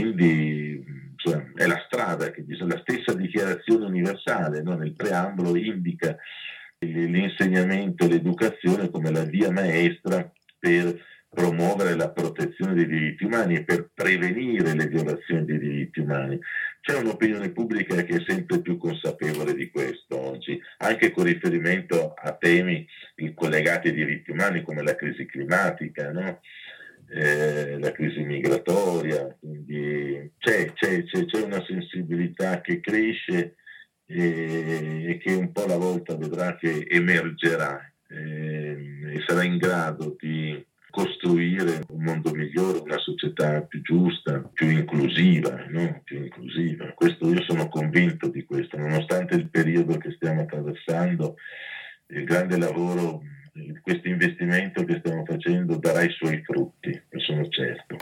Quindi cioè, è la strada che bisogna, la stessa dichiarazione universale, no? Nel preambolo indica l'insegnamento e l'educazione come la via maestra per promuovere la protezione dei diritti umani e per prevenire le violazioni dei diritti umani. C'è un'opinione pubblica che è sempre più consapevole di questo oggi, anche con riferimento a temi collegati ai diritti umani come la crisi climatica, no? eh, la crisi migratoria. Quindi c'è, c'è, c'è, c'è una sensibilità che cresce e che un po' alla volta vedrà che emergerà eh, e sarà in grado di costruire un mondo migliore, una società più giusta, più inclusiva, no? Più inclusiva. Questo, io sono convinto di questo, nonostante il periodo che stiamo attraversando, il grande lavoro, questo investimento che stiamo facendo darà i suoi frutti, ne sono certo.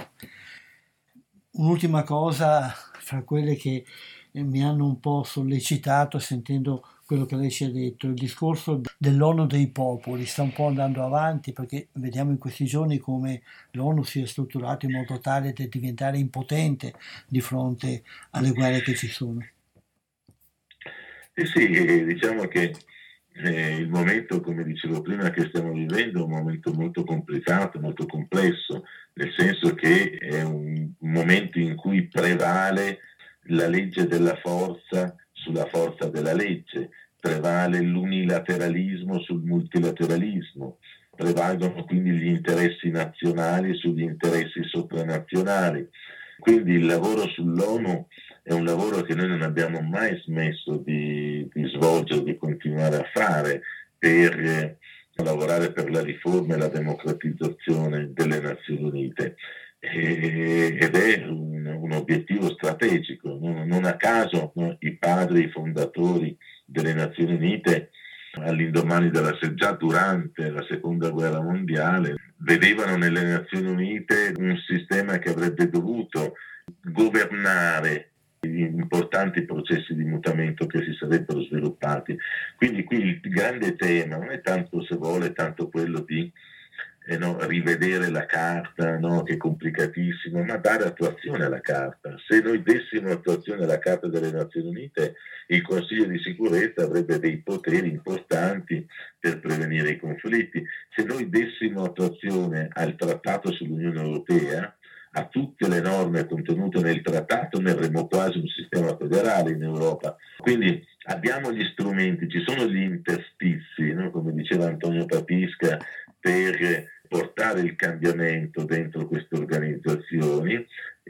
Un'ultima cosa, fra quelle che mi hanno un po' sollecitato sentendo quello che lei ci ha detto, il discorso dell'ONU dei popoli sta un po' andando avanti, perché vediamo in questi giorni come l'ONU si è strutturato in modo tale da diventare impotente di fronte alle guerre che ci sono. Eh sì, diciamo che eh, il momento, come dicevo prima, che stiamo vivendo è un momento molto complicato, molto complesso, nel senso che è un momento in cui prevale la legge della forza sulla forza della legge, prevale l'unilateralismo sul multilateralismo, prevalgono quindi gli interessi nazionali sugli interessi sopranazionali. Quindi il lavoro sull'ONU è un lavoro che noi non abbiamo mai smesso di, di svolgere, di continuare a fare. per eh, lavorare per la riforma e la democratizzazione delle Nazioni Unite. E, ed è un, un obiettivo strategico. Non, non a caso no, i padri, i fondatori delle Nazioni Unite, all'indomani della, già durante la seconda guerra mondiale, vedevano nelle Nazioni Unite un sistema che avrebbe dovuto governare gli importanti processi di mutamento che si sarebbero sviluppati. Quindi qui il grande tema non è tanto, se vuole, tanto quello di eh no, rivedere la carta, no, che è complicatissimo, ma dare attuazione alla carta. Se noi dessimo attuazione alla Carta delle Nazioni Unite, il Consiglio di sicurezza avrebbe dei poteri importanti per prevenire i conflitti. Se noi dessimo attuazione al Trattato sull'Unione Europea, a tutte le norme contenute nel trattato, ne avremmo quasi un sistema federale in Europa. Quindi abbiamo gli strumenti, ci sono gli interstizi, no? Come diceva Antonio Papisca, per portare il cambiamento dentro queste organizzazioni,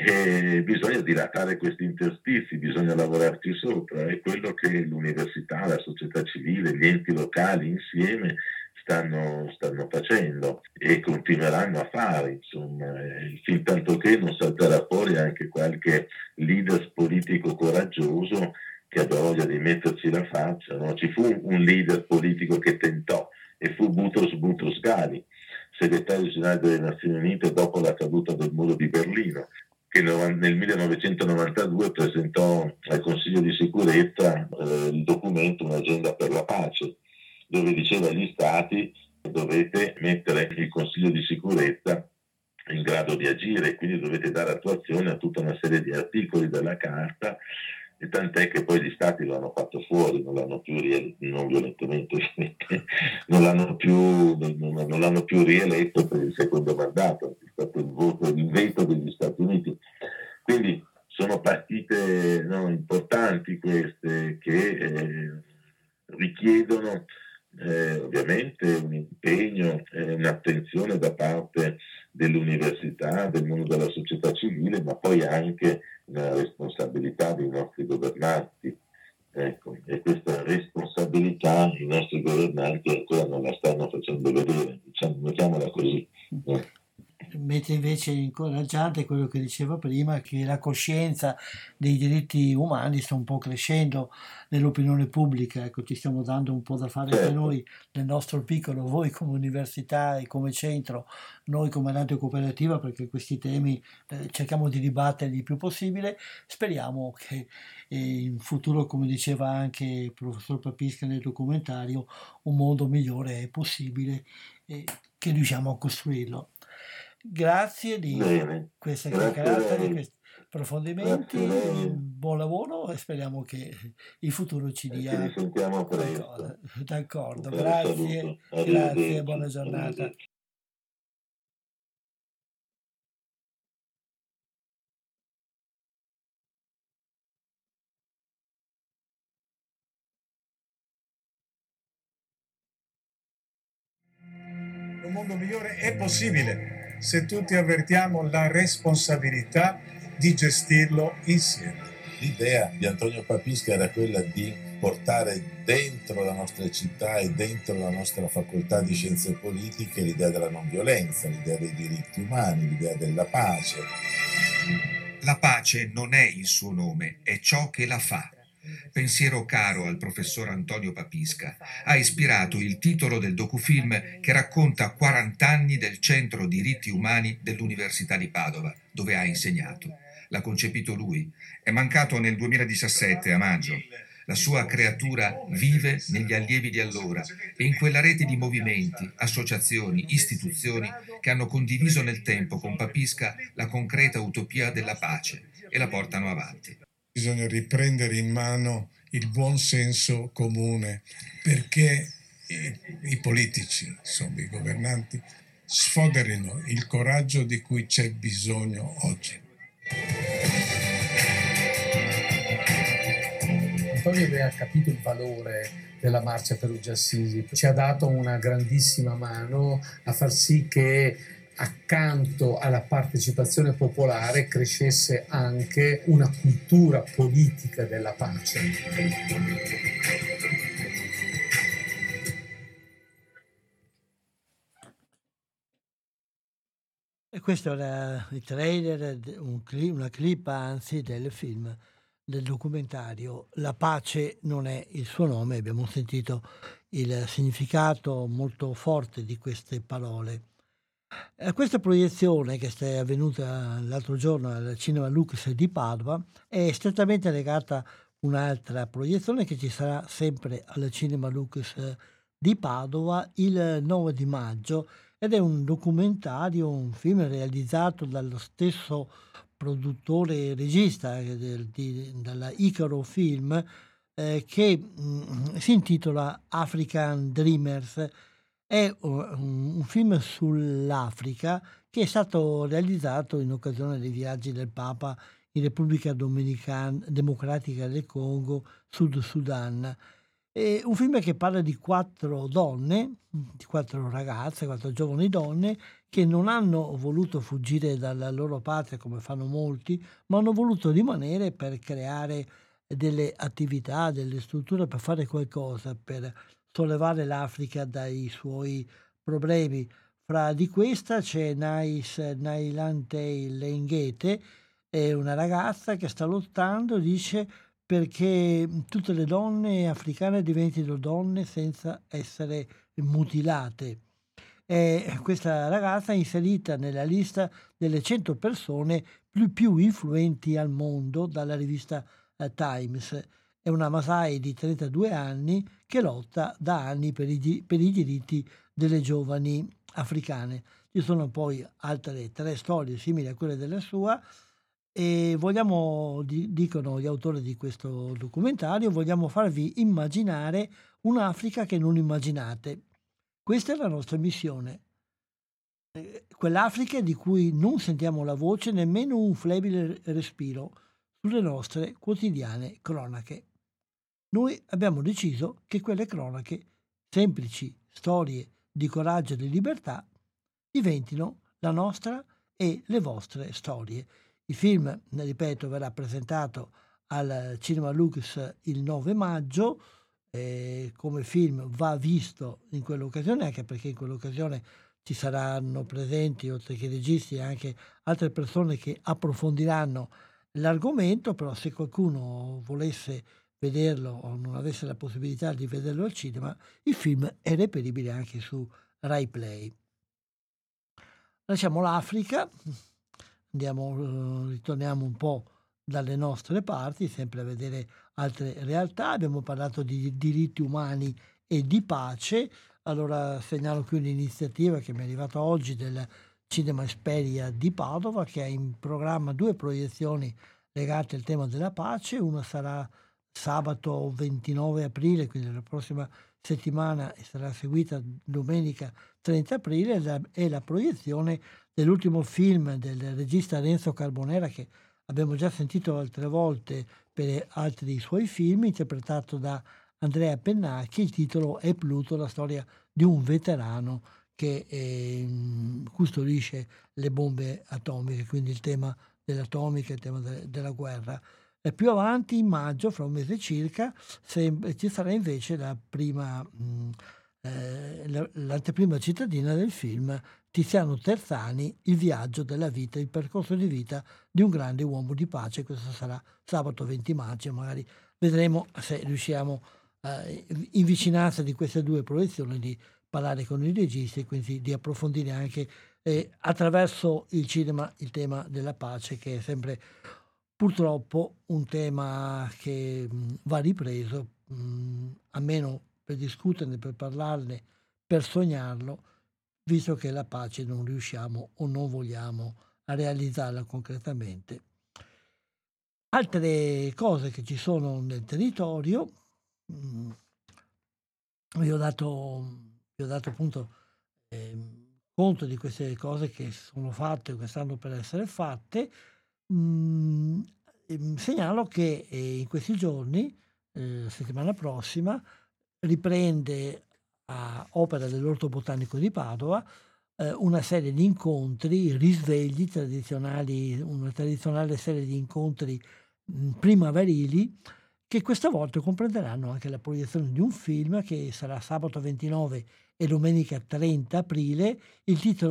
e bisogna dilatare questi interstizi, bisogna lavorarci sopra. È quello che l'università, la società civile, gli enti locali insieme stanno, stanno facendo e continueranno a fare, insomma, fin tanto che non salterà fuori anche qualche leader politico coraggioso che abbia voglia di metterci la faccia, no? Ci fu un leader politico che tentò, e fu Boutros Boutros Ghali, segretario generale delle Nazioni Unite dopo la caduta del muro di Berlino, che nel millenovecentonovantadue presentò al Consiglio di sicurezza eh, il documento Un'agenda per la pace, dove diceva agli Stati: dovete mettere il Consiglio di sicurezza in grado di agire, quindi dovete dare attuazione a tutta una serie di articoli della Carta, e tant'è che poi gli Stati lo hanno fatto fuori, non l'hanno più rieletto, non violentemente, non l'hanno più, non, non l'hanno più rieletto per il secondo mandato, è stato il voto, il veto degli Stati Uniti. Quindi sono partite no, importanti queste che eh, richiedono eh, ovviamente un impegno e eh, un'attenzione da parte dell'università, del mondo della società civile, ma poi anche una responsabilità dei nostri governanti. Ecco, e questa responsabilità i nostri governanti ancora non la stanno facendo vedere, diciamo, mettiamola così. Eh. Mentre invece incoraggiante quello che diceva prima, che la coscienza dei diritti umani sta un po' crescendo nell'opinione pubblica. Ecco, ci stiamo dando un po' da fare Certo. anche noi nel nostro piccolo, voi come università e come centro, noi come radio cooperativa, perché questi temi eh, cerchiamo di dibatterli il più possibile. Speriamo che eh, in futuro, come diceva anche il professor Papisca nel documentario, un mondo migliore è possibile e che riusciamo a costruirlo. Grazie di Bene. questa Grazie chiacchierata, a di lei. questi approfondimenti, Grazie a lei. buon lavoro e speriamo che il futuro ci E ci dia risentiamo qualcosa. presto. D'accordo, Un caro grazie, saluto. grazie, Arrivederci. buona giornata. Arrivederci. Un mondo migliore è possibile se tutti avvertiamo la responsabilità di gestirlo insieme. L'idea di Antonio Papisca era quella di portare dentro la nostra città e dentro la nostra facoltà di scienze politiche l'idea della non violenza, l'idea dei diritti umani, l'idea della pace. La pace non è il suo nome, è ciò che la fa. Pensiero caro al professor Antonio Papisca, ha ispirato il titolo del docufilm che racconta quaranta anni del Centro Diritti Umani dell'Università di Padova, dove ha insegnato. L'ha concepito lui. È mancato nel duemiladiciassette, a maggio. La sua creatura vive negli allievi di allora e in quella rete di movimenti, associazioni, istituzioni che hanno condiviso nel tempo con Papisca la concreta utopia della pace e la portano avanti. Bisogna riprendere in mano il buon senso comune, perché i, i politici, insomma i governanti, sfoderino il coraggio di cui c'è bisogno oggi. Antonio aveva capito il valore della Marcia Perugia Assisi, ci ha dato una grandissima mano a far sì che accanto alla partecipazione popolare crescesse anche una cultura politica della pace. questo era il trailer, d- un cli- una clip anzi del film, del documentario La pace non è il suo nome. Abbiamo sentito il significato molto forte di queste parole. Eh, questa proiezione che è avvenuta l'altro giorno al Cinema Lux di Padova è strettamente legata a un'altra proiezione che ci sarà sempre al Cinema Lux di Padova il nove di maggio, ed è un documentario, un film realizzato dallo stesso produttore e regista eh, del- di- dalla Icaro Film, eh, che mm, si intitola African Dreamers. È uh, un, un film sull'Africa che è stato realizzato in occasione dei viaggi del Papa in Repubblica Dominican- Democratica del Congo, Sud Sudan. È un film che parla di quattro donne, di quattro ragazze, quattro giovani donne che non hanno voluto fuggire dalla loro patria come fanno molti, ma hanno voluto rimanere per creare delle attività, delle strutture, per fare qualcosa, per sollevare l'Africa dai suoi problemi. Fra di questa c'è Nais Nailante Lenghete, è una ragazza che sta lottando, dice, perché tutte le donne africane diventino donne senza essere mutilate. E questa ragazza è inserita nella lista delle cento persone più, più influenti al mondo dalla rivista eh, Times. È una Masai di trentadue anni che lotta da anni per i, di- per i diritti delle giovani africane. Ci sono poi altre tre storie simili a quelle della sua, e vogliamo, di- dicono gli autori di questo documentario, vogliamo farvi immaginare un'Africa che non immaginate. Questa è la nostra missione. Eh, Quell'Africa di cui non sentiamo la voce, nemmeno un flebile respiro sulle nostre quotidiane cronache. Noi abbiamo deciso che quelle cronache, semplici storie di coraggio e di libertà, diventino la nostra e le vostre storie. Il film, ripeto, verrà presentato al Cinema Lux il nove maggio. Eh, come film va visto in quell'occasione, anche perché in quell'occasione ci saranno presenti, oltre che registi, anche altre persone che approfondiranno l'argomento. Però se qualcuno volesse vederlo o non avesse la possibilità di vederlo al cinema, il film è reperibile anche su Rai Play. Lasciamo l'Africa, andiamo, eh, ritorniamo un po' dalle nostre parti, sempre a vedere altre realtà. Abbiamo parlato di diritti umani e di pace. Allora segnalo qui un'iniziativa che mi è arrivata oggi del Cinema Esperia di Padova, che ha in programma due proiezioni legate al tema della pace. Una sarà sabato ventinove aprile, quindi la prossima settimana, e sarà seguita domenica trenta aprile, la, è la proiezione dell'ultimo film del regista Renzo Carbonera, che abbiamo già sentito altre volte per altri suoi film, interpretato da Andrea Pennacchi. Il titolo è Pluto, la storia di un veterano che eh, custodisce le bombe atomiche, quindi il tema dell'atomica, il tema de- della guerra. E più avanti, in maggio, fra un mese circa, se, ci sarà invece la prima, mh, eh, la- l'anteprima cittadina del film Tiziano Terzani, Il viaggio della vita, il percorso di vita di un grande uomo di pace. Questo sarà sabato venti maggio, magari vedremo se riusciamo eh, in vicinanza di queste due proiezioni di parlare con i registi e quindi di approfondire anche eh, attraverso il cinema il tema della pace, che è sempre purtroppo un tema che mh, va ripreso, mh, almeno per discuterne, per parlarne, per sognarlo, visto che la pace non riusciamo o non vogliamo a realizzarla concretamente. Altre cose che ci sono nel territorio, mh, vi ho dato, vi ho dato appunto ehm, conto di queste cose che sono fatte o che stanno per essere fatte. Mm, ehm, segnalo che eh, in questi giorni, eh, settimana prossima, riprende a opera dell'Orto Botanico di Padova eh, una serie di incontri, risvegli tradizionali, una tradizionale serie di incontri mh, primaverili, che questa volta comprenderanno anche la proiezione di un film che sarà sabato ventinove e domenica trenta aprile. Il titolo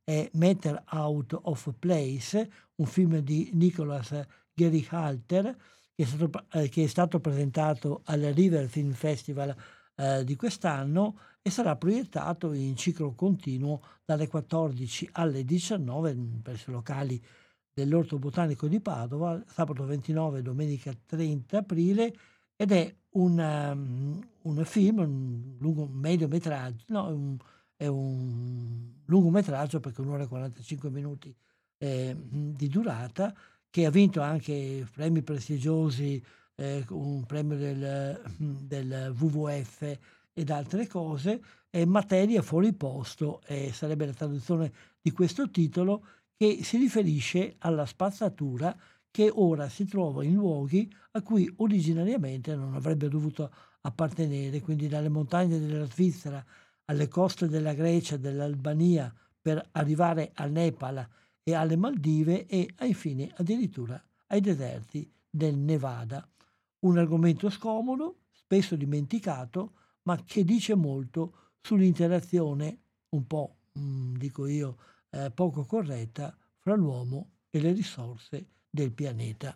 è Matter Out of Place, un film di Nicholas Gerihalter che è stato, eh, che è stato presentato al River Film Festival eh, di quest'anno e sarà proiettato in ciclo continuo dalle quattordici alle diciannove presso i locali dell'Orto Botanico di Padova, sabato ventinove e domenica trenta aprile, ed è un, um, un film, un lungo mediometraggio, no, un, è un lungometraggio perché un'ora e quarantacinque minuti eh, di durata, che ha vinto anche premi prestigiosi, eh, un premio del, del W W F ed altre cose, è Materia fuori posto, e sarebbe la traduzione di questo titolo, che si riferisce alla spazzatura che ora si trova in luoghi a cui originariamente non avrebbe dovuto appartenere, quindi dalle montagne della Svizzera alle coste della Grecia, dell'Albania, per arrivare al Nepal e alle Maldive e infine addirittura ai deserti del Nevada. Un argomento scomodo, spesso dimenticato, ma che dice molto sull'interazione un po', mh, dico io, eh, poco corretta fra l'uomo e le risorse del pianeta.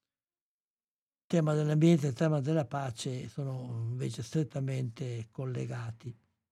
Il tema dell'ambiente e il tema della pace sono invece strettamente collegati.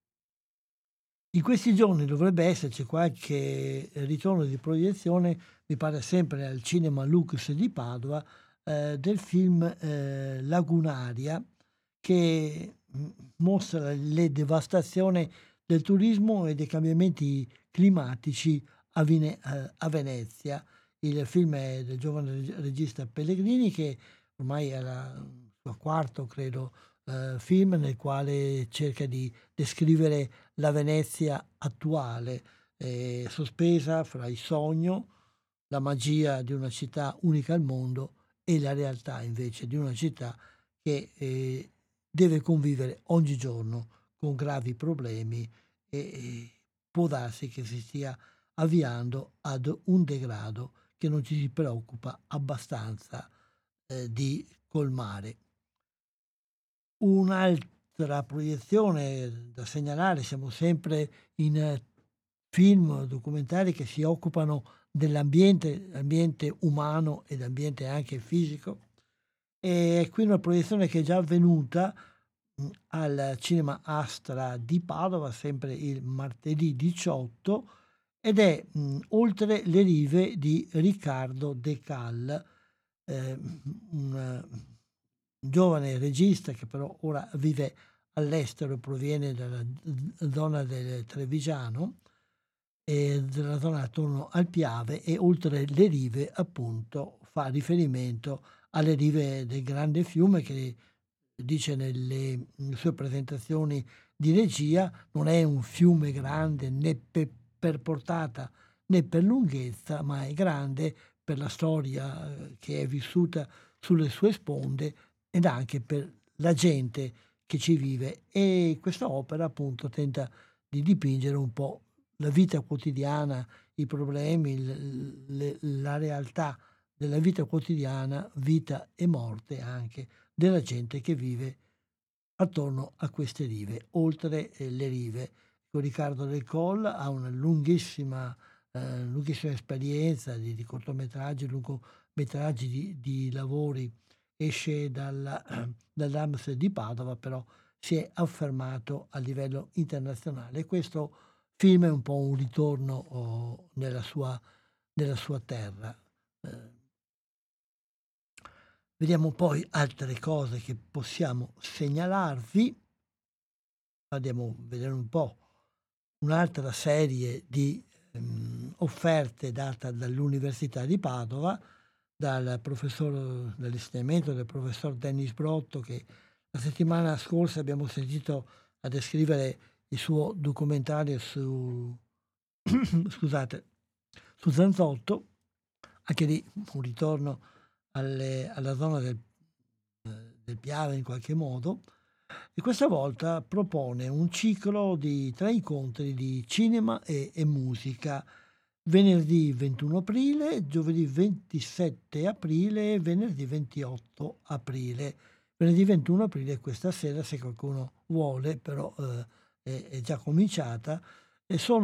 In questi giorni dovrebbe esserci qualche ritorno di proiezione, mi pare sempre al Cinema Lux di Padova, eh, del film eh, Lagunaria, che mostra le devastazioni del turismo e dei cambiamenti climatici a, Vine- a Venezia. Il film è del giovane regista Pellegrini, che ormai è il suo quarto, credo, Uh, film nel quale cerca di descrivere la Venezia attuale, eh, sospesa fra il sogno, la magia di una città unica al mondo e la realtà invece di una città che eh, deve convivere ogni giorno con gravi problemi e, e può darsi che si stia avviando ad un degrado che non ci si preoccupa abbastanza eh, di colmare. Un'altra proiezione da segnalare, siamo sempre in film documentari che si occupano dell'ambiente, ambiente umano ed ambiente anche fisico, e qui una proiezione che è già avvenuta mh, al Cinema Astra di Padova, sempre il martedì diciotto, ed è mh, Oltre le rive di Riccardo De Cal, eh, un giovane regista che però ora vive all'estero e proviene dalla zona del Trevigiano e della zona attorno al Piave, e Oltre le rive appunto fa riferimento alle rive del grande fiume che, dice nelle sue presentazioni di regia, non è un fiume grande né pe- per portata né per lunghezza, ma è grande per la storia che è vissuta sulle sue sponde ed anche per la gente che ci vive. E questa opera appunto tenta di dipingere un po' la vita quotidiana, i problemi, le, le, la realtà della vita quotidiana, vita e morte anche della gente che vive attorno a queste rive, oltre le rive. Riccardo Del Col ha una lunghissima, eh, lunghissima esperienza di, di cortometraggi, lungometraggi, di, di lavori. Esce dalla, dall'A M S di Padova, però si è affermato a livello internazionale. Questo film è un po' un ritorno oh, nella, sua, nella sua terra. Eh, vediamo poi altre cose che possiamo segnalarvi. Andiamo a vedere un po' un'altra serie di ehm, offerte data dall'Università di Padova, dal professor dell'insegnamento del professor Dennis Brotto, che la settimana scorsa abbiamo sentito a descrivere il suo documentario su scusate su Zanzotto, anche lì un ritorno alle, alla zona del, del Piave in qualche modo, e questa volta propone un ciclo di tre incontri di cinema e, e musica. Venerdì ventuno aprile, giovedì ventisette aprile e venerdì ventotto aprile. Venerdì ventuno aprile questa sera, se qualcuno vuole, però eh, è, è già cominciata, e sono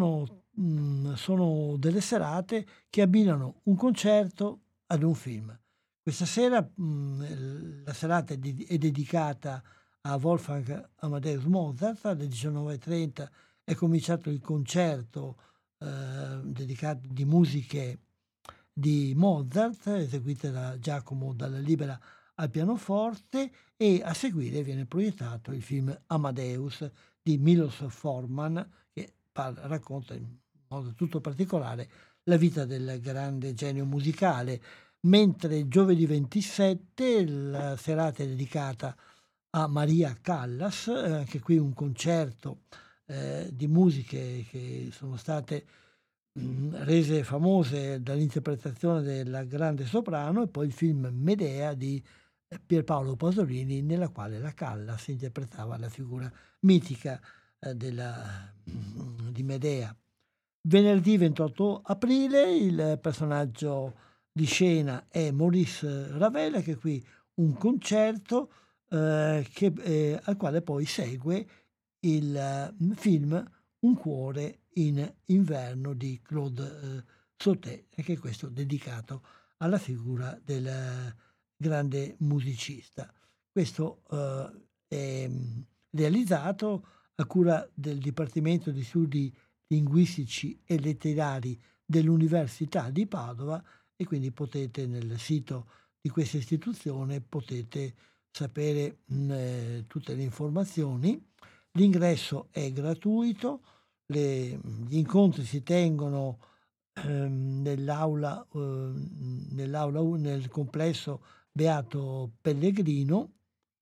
mh, sono delle serate che abbinano un concerto ad un film. Questa sera mh, la serata è, di- è dedicata a Wolfgang Amadeus Mozart. Alle diciannove e trenta è cominciato il concerto eh, dedicato di musiche di Mozart, eseguite da Giacomo Dalla Libera al pianoforte, e a seguire viene proiettato il film Amadeus di Milos Forman, che parla, racconta in modo tutto particolare la vita del grande genio musicale, mentre giovedì ventisette la serata è dedicata a Maria Callas, eh, anche qui un concerto eh, di musiche che sono state mh, rese famose dall'interpretazione della grande soprano, e poi il film Medea di eh, Pierpaolo Pasolini, nella quale la Callas interpretava la figura mitica eh, della, mh, di Medea. Venerdì ventotto aprile il personaggio di scena è Maurice Ravel, che qui un concerto eh, che, eh, al quale poi segue il eh, film Un cuore in inverno di Claude eh, Sautet, anche questo dedicato alla figura del eh, grande musicista. Questo eh, è mh, realizzato a cura del Dipartimento di Studi Linguistici e Letterari dell'Università di Padova, e quindi potete nel sito di questa istituzione potete sapere mh, eh, tutte le informazioni. L'ingresso è gratuito, le- gli incontri si tengono ehm, nell'aula, eh, nell'aula u- nel complesso Beato Pellegrino,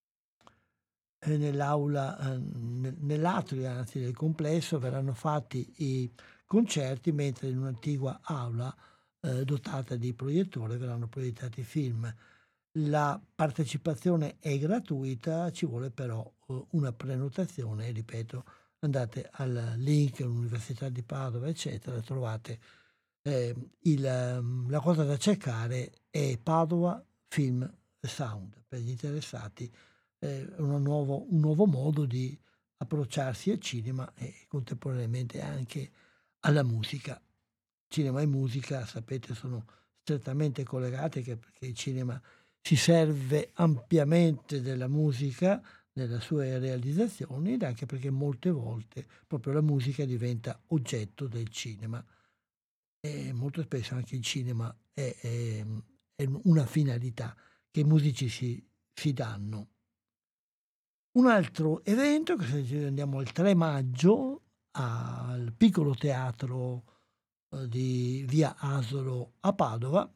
eh, nell'aula, eh, nel- nell'atrio anzi del complesso verranno fatti i concerti, mentre in un'antigua aula eh, dotata di proiettore verranno proiettati i film. La partecipazione è gratuita, ci vuole però eh, una prenotazione, e ripeto, andate al link all'Università di Padova, eccetera, trovate eh, il, ehm, la cosa da cercare è Padova Film Sound, per gli interessati è una nuovo, un nuovo modo di approcciarsi al cinema e contemporaneamente anche alla musica. Cinema e musica, sapete, sono strettamente collegate, che- perché il cinema si serve ampiamente della musica nelle sue realizzazioni, ed anche perché molte volte proprio la musica diventa oggetto del cinema, e molto spesso anche il cinema è, è- è una finalità che i musici si, si danno. Un altro evento, che se andiamo il tre maggio al piccolo teatro eh, di via Asolo a Padova,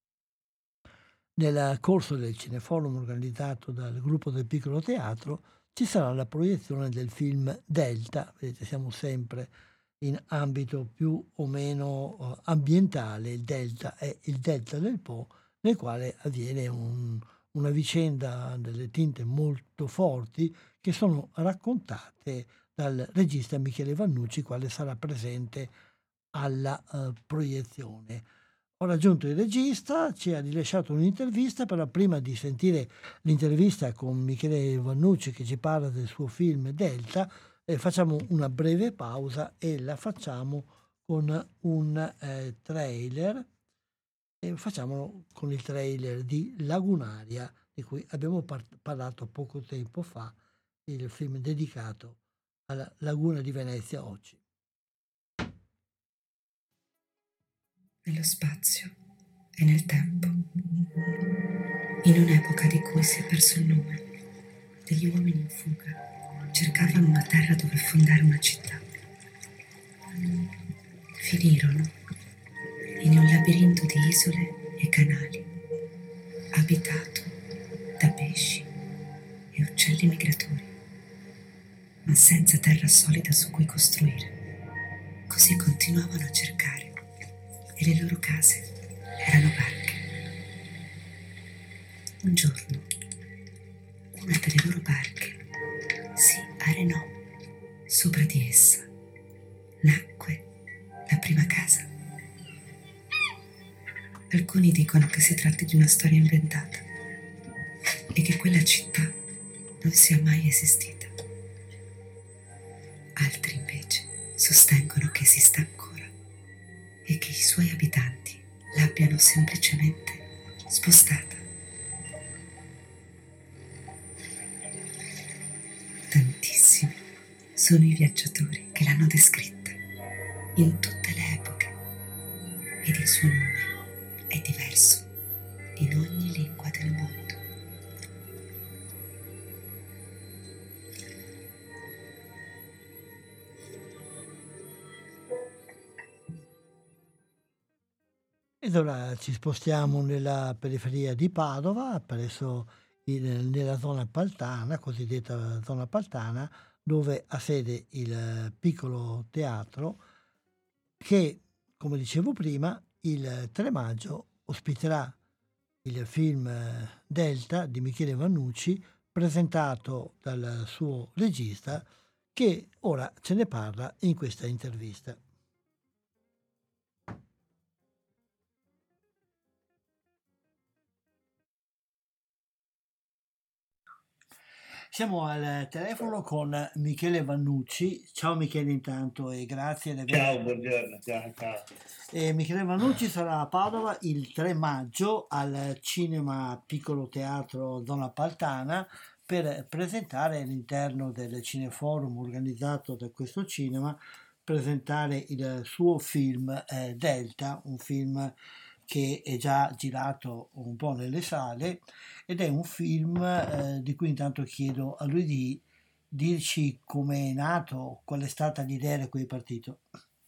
nel corso del cineforum organizzato dal gruppo del piccolo teatro, ci sarà la proiezione del film Delta. Vedete, siamo sempre in ambito più o meno eh, ambientale. Il Delta è il Delta del Po, nel quale avviene un- una vicenda delle tinte molto forti che sono raccontate dal regista Michele Vannucci, quale sarà presente alla eh, proiezione. Ho raggiunto il regista, ci ha rilasciato un'intervista, però prima di sentire l'intervista con Michele Vannucci che ci parla del suo film Delta, eh, facciamo una breve pausa e la facciamo con un eh, trailer, e facciamolo con il trailer di Lagunaria, di cui abbiamo par- parlato poco tempo fa, il film dedicato alla Laguna di Venezia oggi. Nello spazio e nel tempo, in un'epoca di cui si è perso il nome, degli uomini in fuga cercavano una terra dove fondare una città. Finirono in un labirinto di isole e canali, abitato da pesci e uccelli migratori, ma senza terra solida su cui costruire. Così continuavano a cercare, e le loro case erano barche. Un giorno, una delle loro barche si arenò. Sopra di essa nacque la prima casa. Alcuni dicono che si tratti di una storia inventata e che quella città non sia mai esistita. Altri invece sostengono che esista ancora. e che i suoi abitanti l'abbiano semplicemente spostata. Tantissimi sono i viaggiatori che l'hanno descritta in tutte le epoche ed il suo nome è diverso in ogni lingua del mondo. Ed ora ci spostiamo nella periferia di Padova, presso il- nella zona paltana, cosiddetta zona paltana, dove ha sede il piccolo teatro che, come dicevo prima, il tre maggio ospiterà il film eh, Delta di Michele Vannucci, presentato dal suo regista, che ora ce ne parla in questa intervista. Siamo al telefono con Michele Vannucci. Ciao Michele intanto e grazie di aver... Ciao, buongiorno, ciao, ciao. E Michele Vannucci sarà a Padova il tre maggio al Cinema Piccolo Teatro Zona Paltana per presentare all'interno del Cineforum organizzato da questo cinema, presentare il suo film eh, Delta, un film che è già girato un po' nelle sale ed è un film eh, di cui intanto chiedo a lui di dirci come è nato, qual è stata l'idea da cui è partito.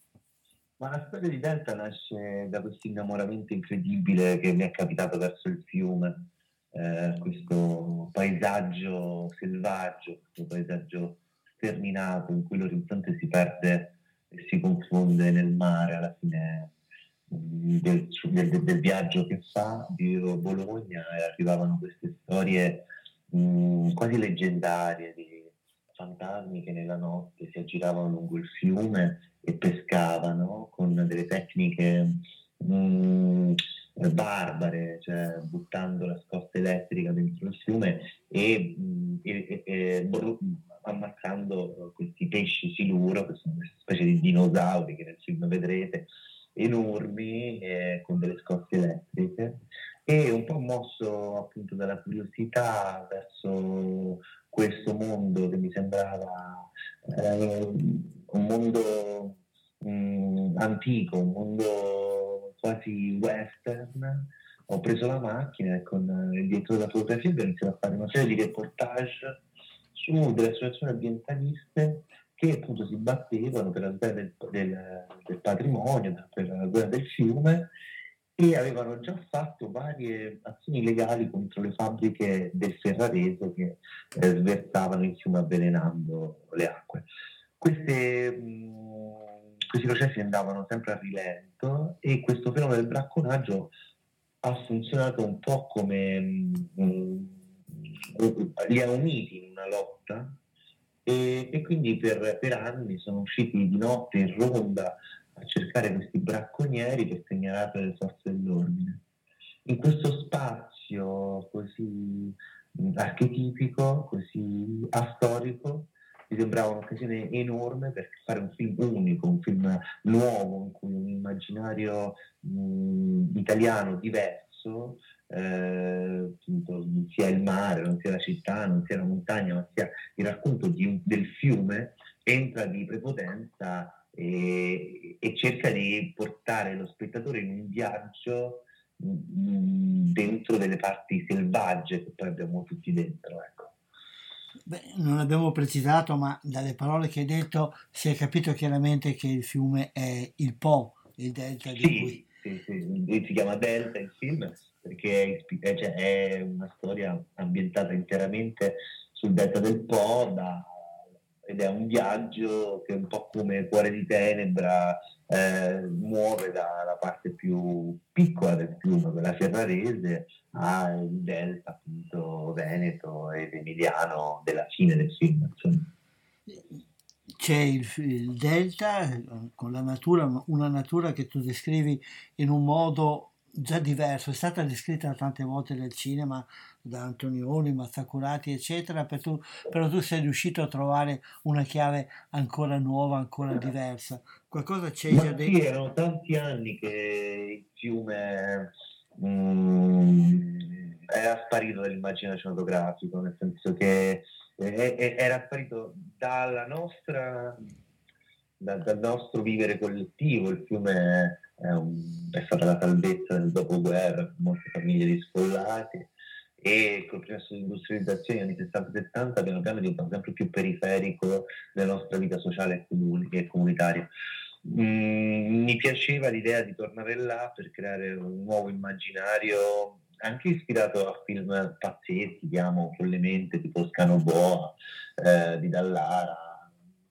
Ma la storia di Delta nasce da questo innamoramento incredibile che mi è capitato verso il fiume, eh, questo paesaggio selvaggio, questo paesaggio sterminato in cui l'orizzonte si perde e si confonde nel mare alla fine Del, del, del viaggio che fa. Vivevo a Bologna e arrivavano queste storie mh, quasi leggendarie di fantasmi che nella notte si aggiravano lungo il fiume e pescavano con delle tecniche mh, barbare, cioè buttando la scossa elettrica dentro il fiume e, mh, e, e, e ammazzando questi pesci siluro, che sono queste specie di dinosauri che nel film vedrete, enormi, eh, con delle scosse elettriche, e un po' mosso appunto dalla curiosità verso questo mondo che mi sembrava eh, un mondo mh, antico, un mondo quasi western. Ho preso la macchina e con il direttore della fotografia abbiamo iniziato a fare una serie di reportage su delle associazioni ambientaliste che appunto si battevano per la tutela del, del, del patrimonio, per la tutela del fiume, e avevano già fatto varie azioni legali contro le fabbriche del Ferrarese che eh, sversavano il fiume avvelenando le acque. Queste, mh, questi processi andavano sempre a rilento e questo fenomeno del bracconaggio ha funzionato un po' come mh, li ha uniti in una lotta. E, e quindi per, per anni sono usciti di notte in ronda a cercare questi bracconieri per segnalare le forze dell'ordine. In questo spazio così archetipico, così astorico, mi sembrava un'occasione enorme per fare un film unico, un film nuovo, in cui un immaginario mh, italiano diverso, Eh, appunto, non sia il mare, non sia la città, non sia la montagna, ma sia il racconto di un, del fiume, entra di prepotenza e, e cerca di portare lo spettatore in un viaggio mh, dentro delle parti selvagge che poi abbiamo tutti dentro, ecco. Beh, non abbiamo precisato, ma dalle parole che hai detto si è capito chiaramente che il fiume è il Po, il delta di sì, cui... Sì, sì, si chiama Delta il film perché è, cioè, è una storia ambientata interamente sul delta del Po da, ed è un viaggio che un po' come Cuore di Tenebra eh, muove dalla parte più piccola del fiume, quella ferrarese, al delta appunto veneto ed emiliano della fine del film, insomma. C'è il, il delta con la natura, una natura che tu descrivi in un modo già diverso, è stata descritta tante volte nel cinema da Antonioni, Mazzacurati, eccetera, per tu, però tu sei riuscito a trovare una chiave ancora nuova, ancora diversa. Qualcosa c'è già Ma sì, dentro? erano tanti anni che il fiume mm, era sparito dall'immaginario cinematografico, nel senso che eh, eh, era sparito dalla nostra, da- dal nostro vivere collettivo. Il fiume è, un- è stata la salvezza del dopoguerra, con molte famiglie di sfollati, e col processo di industrializzazione negli anni sessanta settanta piano piano è diventato sempre più periferico della nostra vita sociale e, comuni- e comunitaria. Mm, mi piaceva l'idea di tornare là per creare un nuovo immaginario, anche ispirato a film pazzeschi, chiamo follemente, tipo Scanoboa, eh, di Dallara,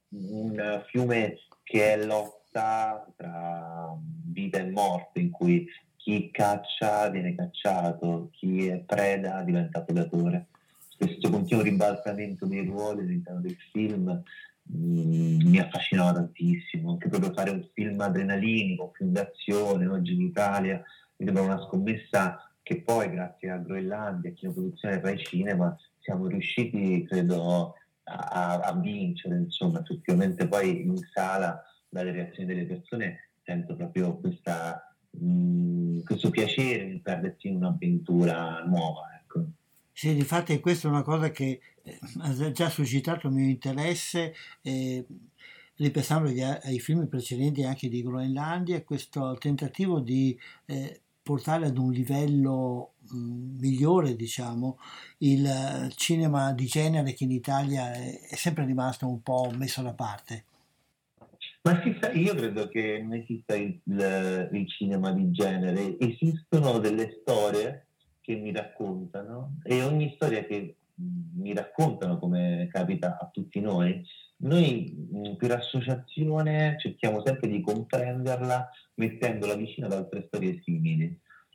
un fiume che è lotta tra vita e morte, in cui chi caccia viene cacciato, chi è preda diventa predatore. Questo continuo ribaltamento dei ruoli all'interno del film mm, mi affascinava tantissimo, anche proprio fare un film adrenalinico, un film d'azione, oggi in Italia, mi sembra una scommessa che poi grazie a Groenlandia, a Kinoproduzione e Rai Cinema, siamo riusciti, credo, a, a vincere. Insomma, effettivamente poi in sala, dalle reazioni delle persone, sento proprio questa, mh, questo piacere di perdersi in un'avventura nuova, ecco. Sì, difatti questa è una cosa che eh, ha già suscitato il mio interesse, eh, ripensando agli- ai film precedenti anche di Groenlandia, questo tentativo di eh, portare ad un livello mh, migliore, diciamo, il eh, cinema di genere che in Italia è, è sempre rimasto un po' messo da parte. Ma si sa, io credo che non esista il, il- il cinema di genere, esistono delle storie che mi raccontano, e ogni storia che mh, mi raccontano, come capita a tutti noi, noi mh, per associazione cerchiamo sempre di comprenderla mettendola vicino ad altre storie simili.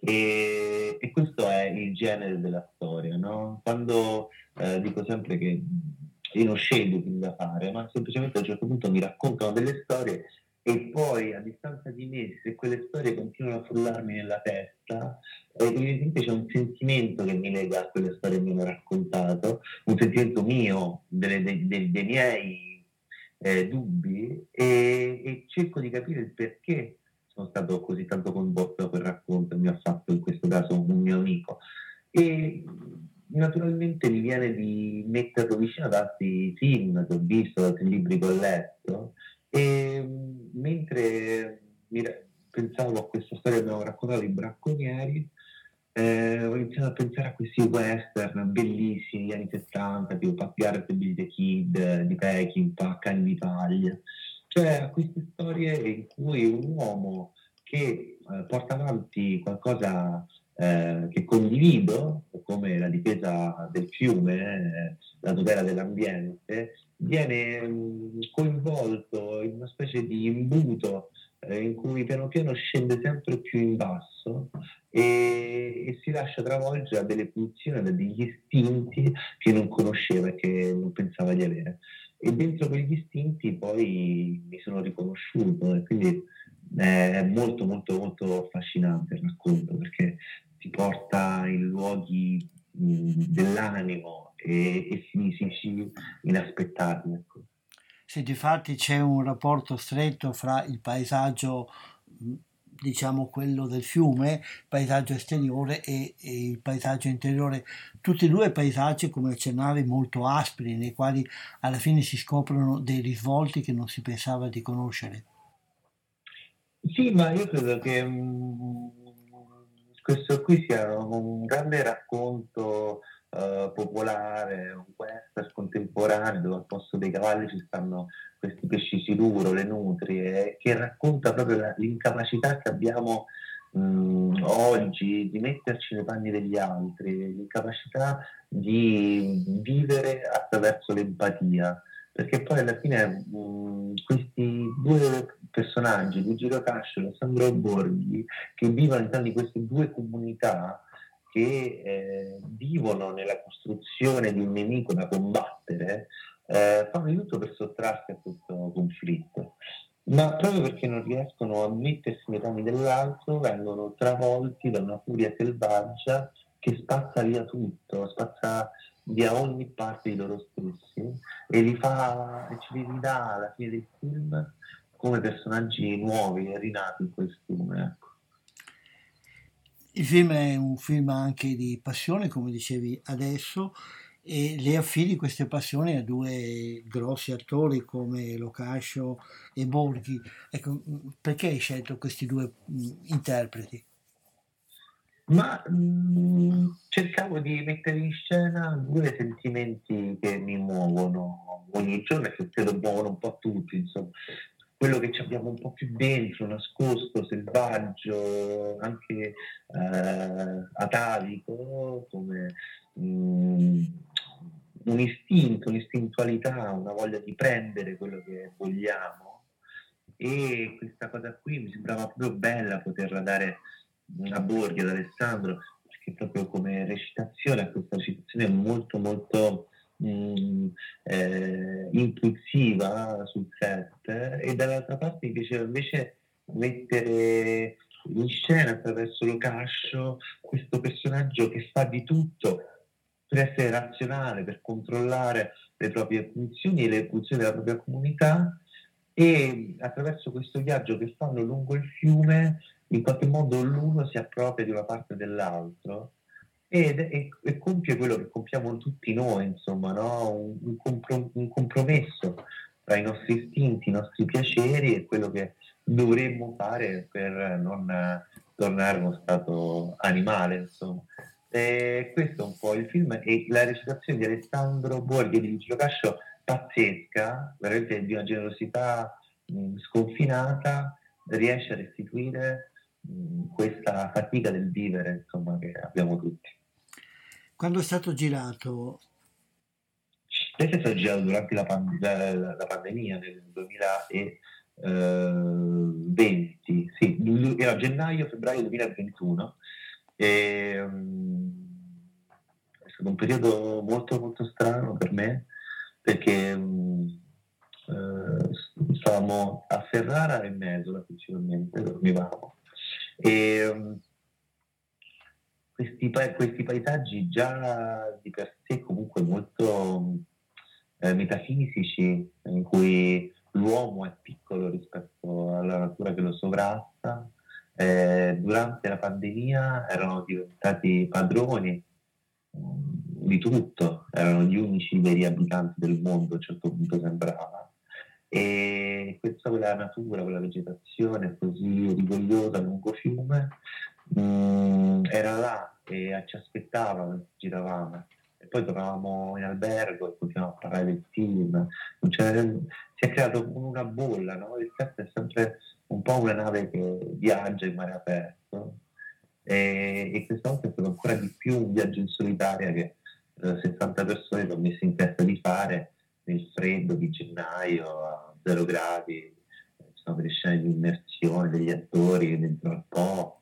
E, e questo è il genere della storia, no? Quando eh, dico sempre che io non scelgo film da fare, ma semplicemente a un certo punto mi raccontano delle storie, e poi a distanza di mesi, se quelle storie continuano a frullarmi nella testa, eh, evidentemente c'è un sentimento che mi lega a quelle storie che mi hanno raccontato, un sentimento mio, delle- dei, dei- dei miei eh, dubbi, e, e cerco di capire il perché sono stato così tanto coinvolto da quel racconto che mi ha fatto in questo caso un mio amico. E naturalmente mi viene di metterlo vicino ad altri film che ho visto, ad altri libri che ho letto, e mh, mentre mi ra- pensavo a questa storia che abbiamo raccontato di bracconieri, eh, ho iniziato a pensare a questi western bellissimi degli anni settanta, tipo Papiarete Billy the Kid, di Peckinpah, Cani d'Italia, cioè a queste storie in cui un uomo che eh, porta avanti qualcosa eh, che condivido, come la difesa del fiume, eh, la tutela dell'ambiente, viene mh, coinvolto in una specie di imbuto eh, in cui piano piano scende sempre più in basso, e, e si lascia travolgere da delle pulsioni, da degli istinti che non conosceva e che non pensava di avere. E dentro quegli istinti poi mi sono riconosciuto, e quindi è molto molto molto affascinante il racconto, perché ti porta in luoghi mh, dell'animo e, e fisici inaspettati, ecco. Sì, difatti c'è un rapporto stretto fra il paesaggio, mh, diciamo quello del fiume, il paesaggio esteriore e, e il paesaggio interiore, tutti e due paesaggi, come accennavi, molto aspri, nei quali alla fine si scoprono dei risvolti che non si pensava di conoscere. Sì, ma io credo che mh, questo qui sia un grande racconto eh, popolare, un western contemporaneo, dove al posto dei cavalli ci stanno questi pesci siluro, le nutrie, che racconta proprio la- l'incapacità che abbiamo mh, oggi di metterci nei panni degli altri, l'incapacità di vivere attraverso l'empatia, perché poi alla fine mh, questi due personaggi, Luigi Rocascio e Alessandro Borghi, che vivono all'interno di queste due comunità, che eh, vivono nella costruzione di un nemico da combattere, eh, fanno di tutto per sottrarsi a questo conflitto. ma proprio perché non riescono a mettersi nei panni dell'altro, vengono travolti da una furia selvaggia che spazza via tutto, spazza via ogni parte di loro stessi e li fa, e ce li ridà alla fine del film come personaggi nuovi e rinati in quel film, ecco. Il film è un film anche di passione, come dicevi adesso, e le affidi queste passioni a due grossi attori come Locascio e Borghi. Ecco, perché hai scelto questi due mh, interpreti? Ma mh, cercavo di mettere in scena due sentimenti che mi muovono ogni giorno e che credo muovono un po' tutti, insomma. Quello che ci abbiamo un po' più dentro, nascosto, selvaggio, anche eh, atavico, come mh, un istinto, un'istintualità, una voglia di prendere quello che vogliamo. E questa cosa qui mi sembrava proprio bella poterla dare a Borghi, ad Alessandro, perché proprio come recitazione, questa recitazione è molto molto mh, eh, intuitiva sul set, e dall'altra parte mi piaceva invece mettere in scena attraverso Locascio questo personaggio che fa di tutto per essere razionale, per controllare le proprie funzioni e le funzioni della propria comunità, e attraverso questo viaggio che fanno lungo il fiume in qualche modo l'uno si appropria di una parte dell'altro ed, e, e compie quello che compiamo tutti noi, insomma, no? un, un, comprom- un compromesso tra i nostri istinti, i nostri piaceri e quello che dovremmo fare per non eh, tornare a uno stato animale, insomma. E questo è un po' il film, e la recitazione di Alessandro Borghi e di Luigi Locascio pazzesca, veramente di una generosità mh, sconfinata, riesce a restituire mh, questa fatica del vivere, insomma, che abbiamo tutti. Quando è stato girato? Questo è stato girato durante la, pand- la, la pandemia nel duemilaventi, sì, era gennaio-febbraio duemilaventuno. E, um, è stato un periodo molto molto strano per me, perché um, uh, stavamo a Ferrara e Mesola principalmente, dormivamo, e um, questi, pa- questi paesaggi già di per sé comunque molto eh, metafisici, in cui l'uomo è piccolo rispetto alla natura che lo sovrasta, eh, durante la pandemia erano diventati padroni mh, di tutto, erano gli unici veri abitanti del mondo, a un certo punto sembrava. E questa, quella natura, quella vegetazione così rigogliosa lungo fiume mh, era là e ci aspettava mentre giravamo. E poi tornavamo in albergo e continuavamo a parlare del film. Non c'era, si è creato una bolla, no? Il set è sempre un po' una nave che viaggia in mare aperto, e, e questa volta è stato ancora di più un viaggio in solitaria che eh, sessanta persone mi hanno messo in testa di fare nel freddo di gennaio a zero gradi. Ci sono delle scene di immersione degli attori dentro al po'.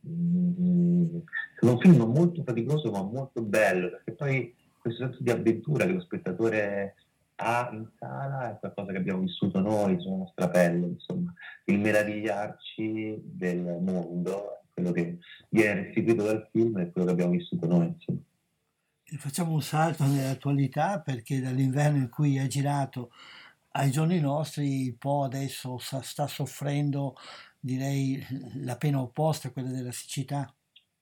Mm, è un film molto faticoso ma molto bello, perché poi questo senso di avventura che lo spettatore ha in sala è qualcosa che abbiamo vissuto noi sulla nostra pelle, insomma, il meravigliarci del mondo, quello che viene restituito dal film è quello che abbiamo vissuto noi, insomma. Facciamo un salto nell'attualità, perché dall'inverno in cui è girato ai giorni nostri il Po adesso sta, sta soffrendo, direi, la pena opposta, quella della siccità.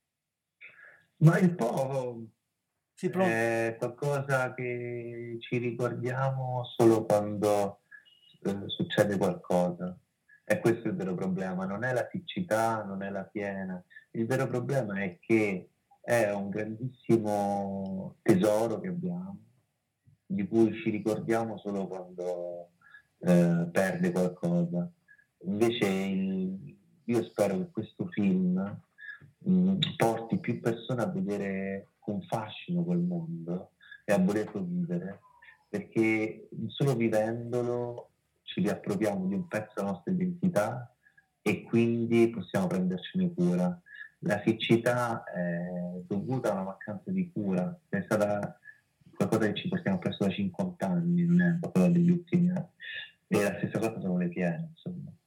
Ma il Po Sì, però è qualcosa che ci ricordiamo solo quando eh, succede qualcosa. E questo è il vero problema, non è la siccità, non è la piena. Il vero problema è che è un grandissimo tesoro che abbiamo, di cui ci ricordiamo solo quando eh, perde qualcosa. Invece il, io spero che questo film mh, porti più persone a vedere con fascino quel mondo e a volerlo vivere, perché solo vivendolo ci riappropriamo di un pezzo della nostra identità e quindi possiamo prendercene cura. La siccità è dovuta a una mancanza di cura, è stata qualcosa che ci portiamo presso da cinquanta anni, non è qualcosa degli ultimi anni. E la stessa cosa sono le piene, insomma.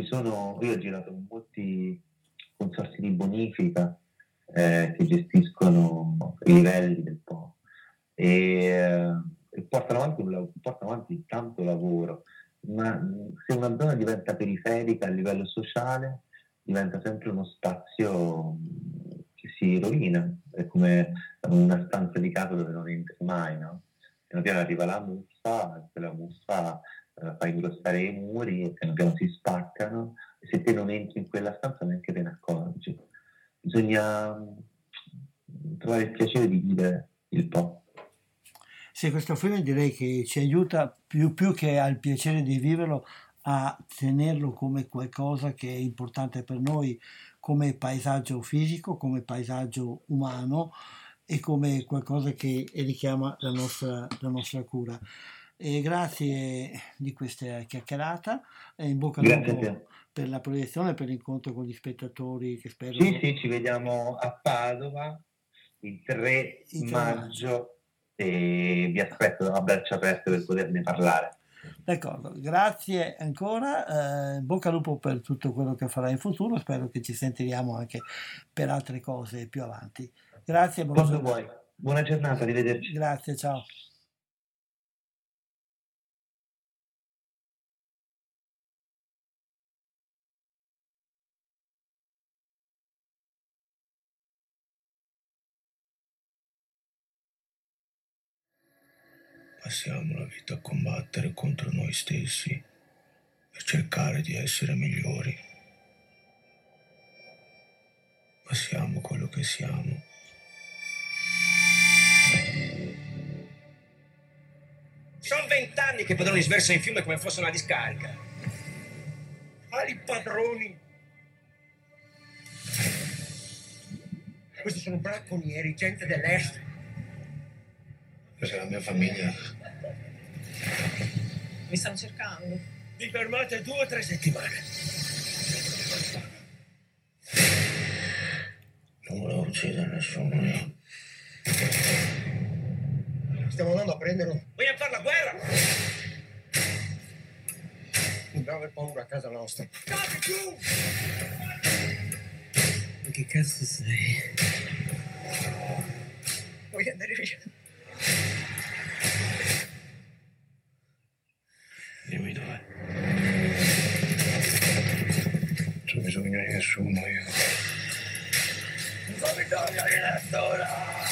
ci sono, io ho girato con molti consorzi di bonifica eh, che gestiscono i livelli del Po e, eh, e portano, avanti un, portano avanti tanto lavoro, ma se una zona diventa periferica a livello sociale diventa sempre uno spazio che si rovina, è come una stanza di casa dove non entri mai, no? Piano piano arriva la muffa, quella muffa eh, fa ingrossare i muri e piano piano si spaccano, e se te non entri in quella stanza neanche te ne accorgi. Bisogna trovare il piacere di vivere il Po. Sì, questo film direi che ci aiuta più, più che al piacere di viverlo, a tenerlo come qualcosa che è importante per noi, come paesaggio fisico, come paesaggio umano e come qualcosa che richiama la nostra, la nostra cura. E grazie di questa chiacchierata, e in bocca al lupo per la proiezione, per l'incontro con gli spettatori che spero... Sì, sì, ci vediamo a Padova il tre maggio e vi aspetto a braccia aperte per poterne parlare. D'accordo, grazie ancora, eh, bocca al lupo per tutto quello che farà in futuro, spero che ci sentiremo anche per altre cose più avanti. Grazie, buona Quando giornata. vuoi. Buona giornata, arrivederci. Grazie, ciao. Passiamo la vita a combattere contro noi stessi per cercare di essere migliori. Passiamo quello che siamo. Sono vent'anni che i padroni sversano in fiume come fosse una discarica. Quali padroni? Questi sono bracconieri, gente dell'est. Questa è la mia famiglia. Mi stanno cercando. Vi fermate due o tre settimane. Non volevo uccidere nessuno io. Stiamo andando a prenderlo. Vogliamo fare la guerra? Dobbiamo aver paura a casa nostra. Cazzo giù! Ma che cazzo sei? Voglio andare via. Dimmi dove. Non c'ho bisogno di nessuno io. Non ho bisogno di nessuno!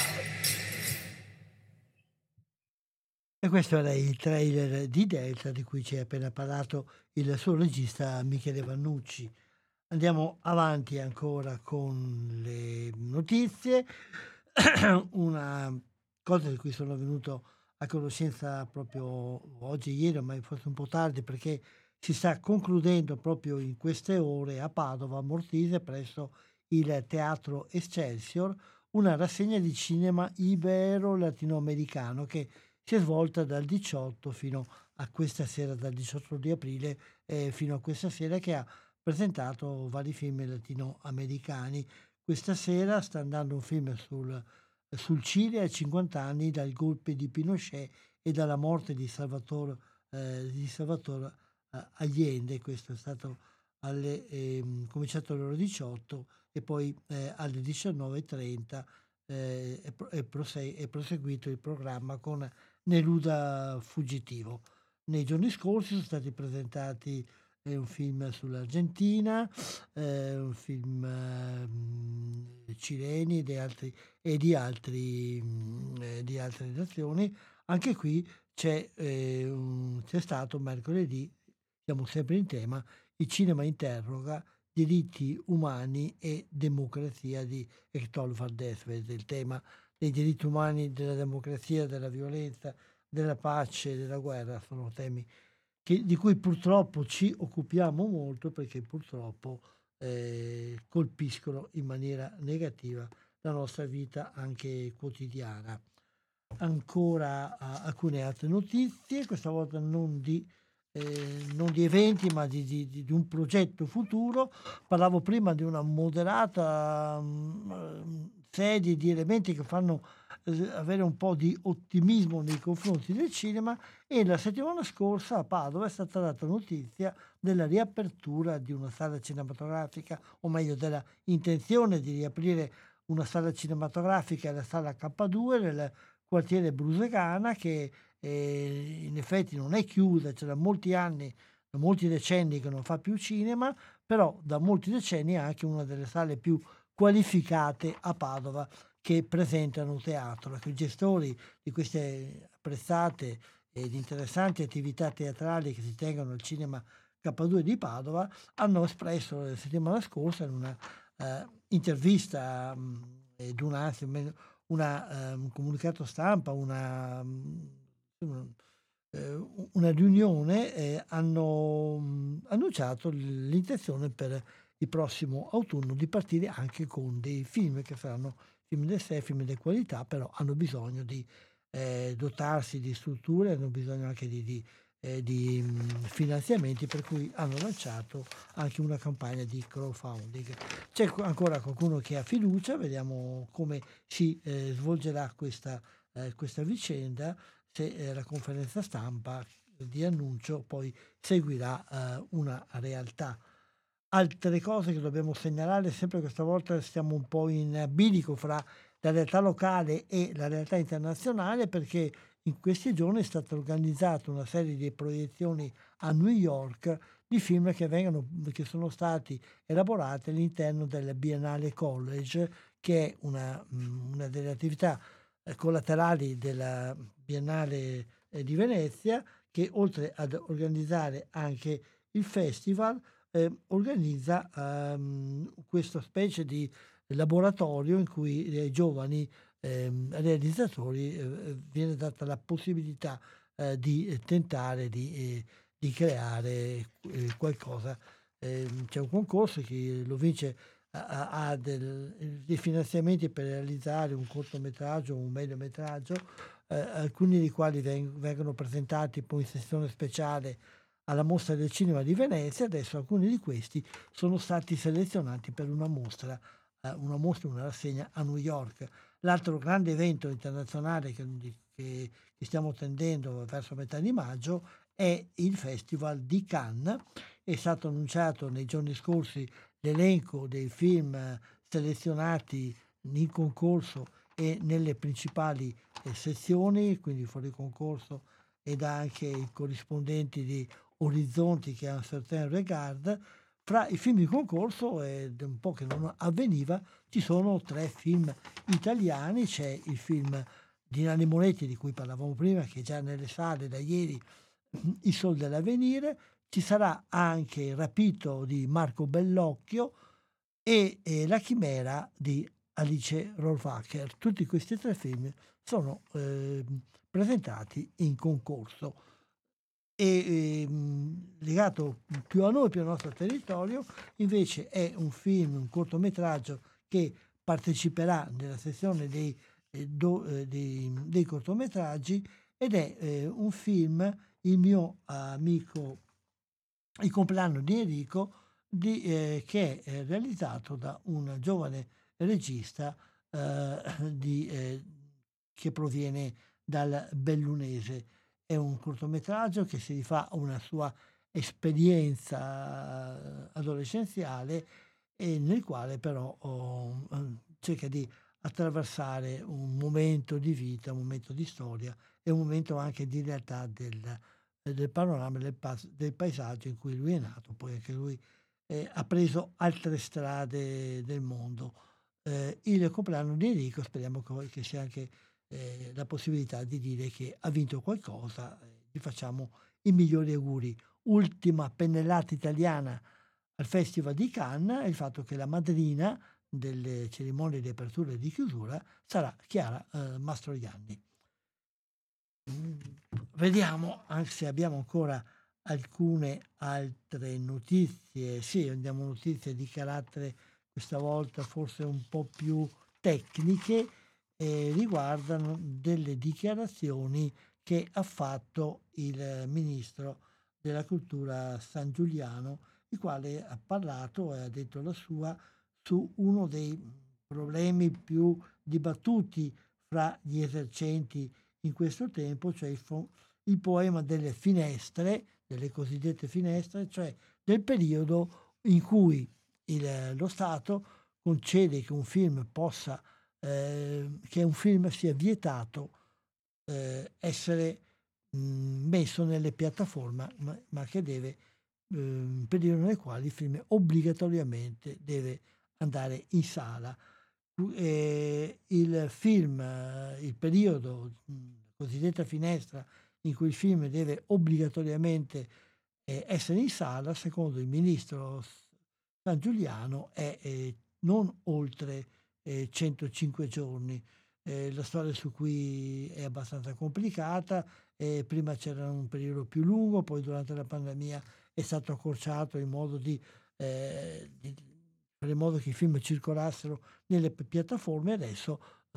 E questo era il trailer di Delta di cui ci ha appena parlato il suo regista Michele Vannucci. Andiamo avanti ancora con le notizie. Una cosa di cui sono venuto a conoscenza proprio oggi, ieri, ma forse un po' tardi, perché si sta concludendo proprio in queste ore a Padova, a Mortise, presso il Teatro Excelsior, una rassegna di cinema ibero-latinoamericano che si è svolta dal diciotto fino a questa sera, dal diciotto di aprile eh, fino a questa sera, che ha presentato vari film latinoamericani. Questa sera sta andando un film sul, sul Cile a cinquanta anni dal golpe di Pinochet e dalla morte di Salvatore, eh, di Salvatore eh, Allende. Questo è stato alle, eh, cominciato alle ore diciotto e poi eh, alle diciannove e trenta eh, è, è, prose- è proseguito il programma con Neruda Fuggitivo. Nei giorni scorsi sono stati presentati eh, un film sull'Argentina, eh, un film eh, cileni e di, altri, e di, altri, eh, di altre nazioni. Anche qui c'è, eh, un, c'è stato mercoledì, siamo sempre in tema, il cinema interroga diritti umani e democrazia di Hector Valdés. Il tema dei diritti umani, della democrazia, della violenza, della pace, della guerra sono temi che, di cui purtroppo ci occupiamo molto, perché purtroppo eh, colpiscono in maniera negativa la nostra vita anche quotidiana. Ancora uh, alcune altre notizie, questa volta non di Eh, non di eventi ma di, di, di un progetto futuro. Parlavo prima di una moderata, um, serie di elementi che fanno eh, avere un po' di ottimismo nei confronti del cinema, e la settimana scorsa a Padova è stata data notizia della riapertura di una sala cinematografica, o meglio della intenzione di riaprire una sala cinematografica, la sala K due nel quartiere Brusegana, che eh, in effetti non è chiusa, c'è da molti anni, da molti decenni che non fa più cinema, però da molti decenni è anche una delle sale più qualificate a Padova che presentano teatro. I gestori di queste apprezzate ed interessanti attività teatrali che si tengono al cinema K due di Padova hanno espresso la settimana scorsa in una uh, intervista um, ed una, anzi, una, um, un comunicato stampa, una, um, una riunione, eh, hanno um, annunciato l'intenzione per il prossimo autunno di partire anche con dei film che saranno film di sé, film di qualità, però hanno bisogno di eh, dotarsi di strutture, hanno bisogno anche di, di, eh, di mh, finanziamenti, per cui hanno lanciato anche una campagna di crowdfunding. C'è ancora qualcuno che ha fiducia, vediamo come si eh, svolgerà questa, eh, questa vicenda, se eh, la conferenza stampa di annuncio poi seguirà eh, una realtà. Altre cose che dobbiamo segnalare, sempre questa volta stiamo un po' in bilico fra la realtà locale e la realtà internazionale, perché in questi giorni è stata organizzata una serie di proiezioni a New York di film che, vengono, che sono stati elaborati all'interno del Biennale College, che è una, una delle attività collaterali della Biennale di Venezia, che oltre ad organizzare anche il festival, Eh, organizza um, questa specie di laboratorio in cui ai giovani eh, realizzatori eh, viene data la possibilità eh, di tentare di, eh, di creare eh, qualcosa. Eh, c'è un concorso, chi lo vince ha, ha del, dei finanziamenti per realizzare un cortometraggio o un mediometraggio, eh, alcuni dei quali veng- vengono presentati poi in sessione speciale alla Mostra del Cinema di Venezia. Adesso alcuni di questi sono stati selezionati per una mostra, eh, una mostra, una rassegna a New York. L'altro grande evento internazionale che, che, che stiamo tendendo verso metà di maggio è il Festival di Cannes. È stato annunciato nei giorni scorsi l'elenco dei film selezionati in concorso e nelle principali eh, sezioni, quindi fuori concorso, ed anche i corrispondenti di Orizzonti che ha un certain regard. Fra i film di concorso, ed un po' che non avveniva, ci sono tre film italiani. C'è il film di Nanni Moretti di cui parlavamo prima, che è già nelle sale da ieri, I Sol dell'Avvenire. Ci sarà anche Il Rapito di Marco Bellocchio e, e La Chimera di Alice Rohrwacher. Tutti questi tre film sono eh, presentati in concorso. E ehm, legato più a noi, più al nostro territorio, invece è un film, un cortometraggio che parteciperà nella sezione dei, eh, do, eh, dei, dei cortometraggi, ed è eh, un film, Il mio amico, il compleanno di Enrico, di, eh, che è realizzato da un giovane regista eh, di, eh, che proviene dal bellunese. È un cortometraggio che si rifà a una sua esperienza adolescenziale, e nel quale però oh, cerca di attraversare un momento di vita, un momento di storia e un momento anche di realtà del, del panorama, del, del paesaggio in cui lui è nato. Poi anche lui eh, ha preso altre strade del mondo. Eh, il compleanno di Enrico, speriamo che, che sia anche Eh, la possibilità di dire che ha vinto qualcosa. Eh, gli facciamo i migliori auguri. Ultima pennellata italiana al Festival di Cannes è il fatto che la madrina delle cerimonie di apertura e di chiusura sarà Chiara eh, Mastroianni. Mm, vediamo anche se abbiamo ancora alcune altre notizie. Sì, andiamo notizie di carattere questa volta forse un po' più tecniche. Eh, riguardano delle dichiarazioni che ha fatto il ministro della cultura Sangiuliano, il quale ha parlato e ha detto la sua su uno dei problemi più dibattuti fra gli esercenti in questo tempo, cioè il, fo- il poema delle finestre, delle cosiddette finestre, cioè del periodo in cui il- lo Stato concede che un film possa, eh, che un film sia vietato eh, essere mh, messo nelle piattaforme, ma, ma che deve, eh, periodo nel quale il film obbligatoriamente deve andare in sala. Eh, il film, eh, il periodo, mh, cosiddetta finestra, in cui il film deve obbligatoriamente eh, essere in sala, secondo il ministro San Giuliano, è eh, non oltre eh, centocinque giorni. Eh, la storia su cui è abbastanza complicata, eh, prima c'era un periodo più lungo, poi durante la pandemia è stato accorciato in modo di, eh, di fare in modo che i film circolassero nelle pi- piattaforme. Adesso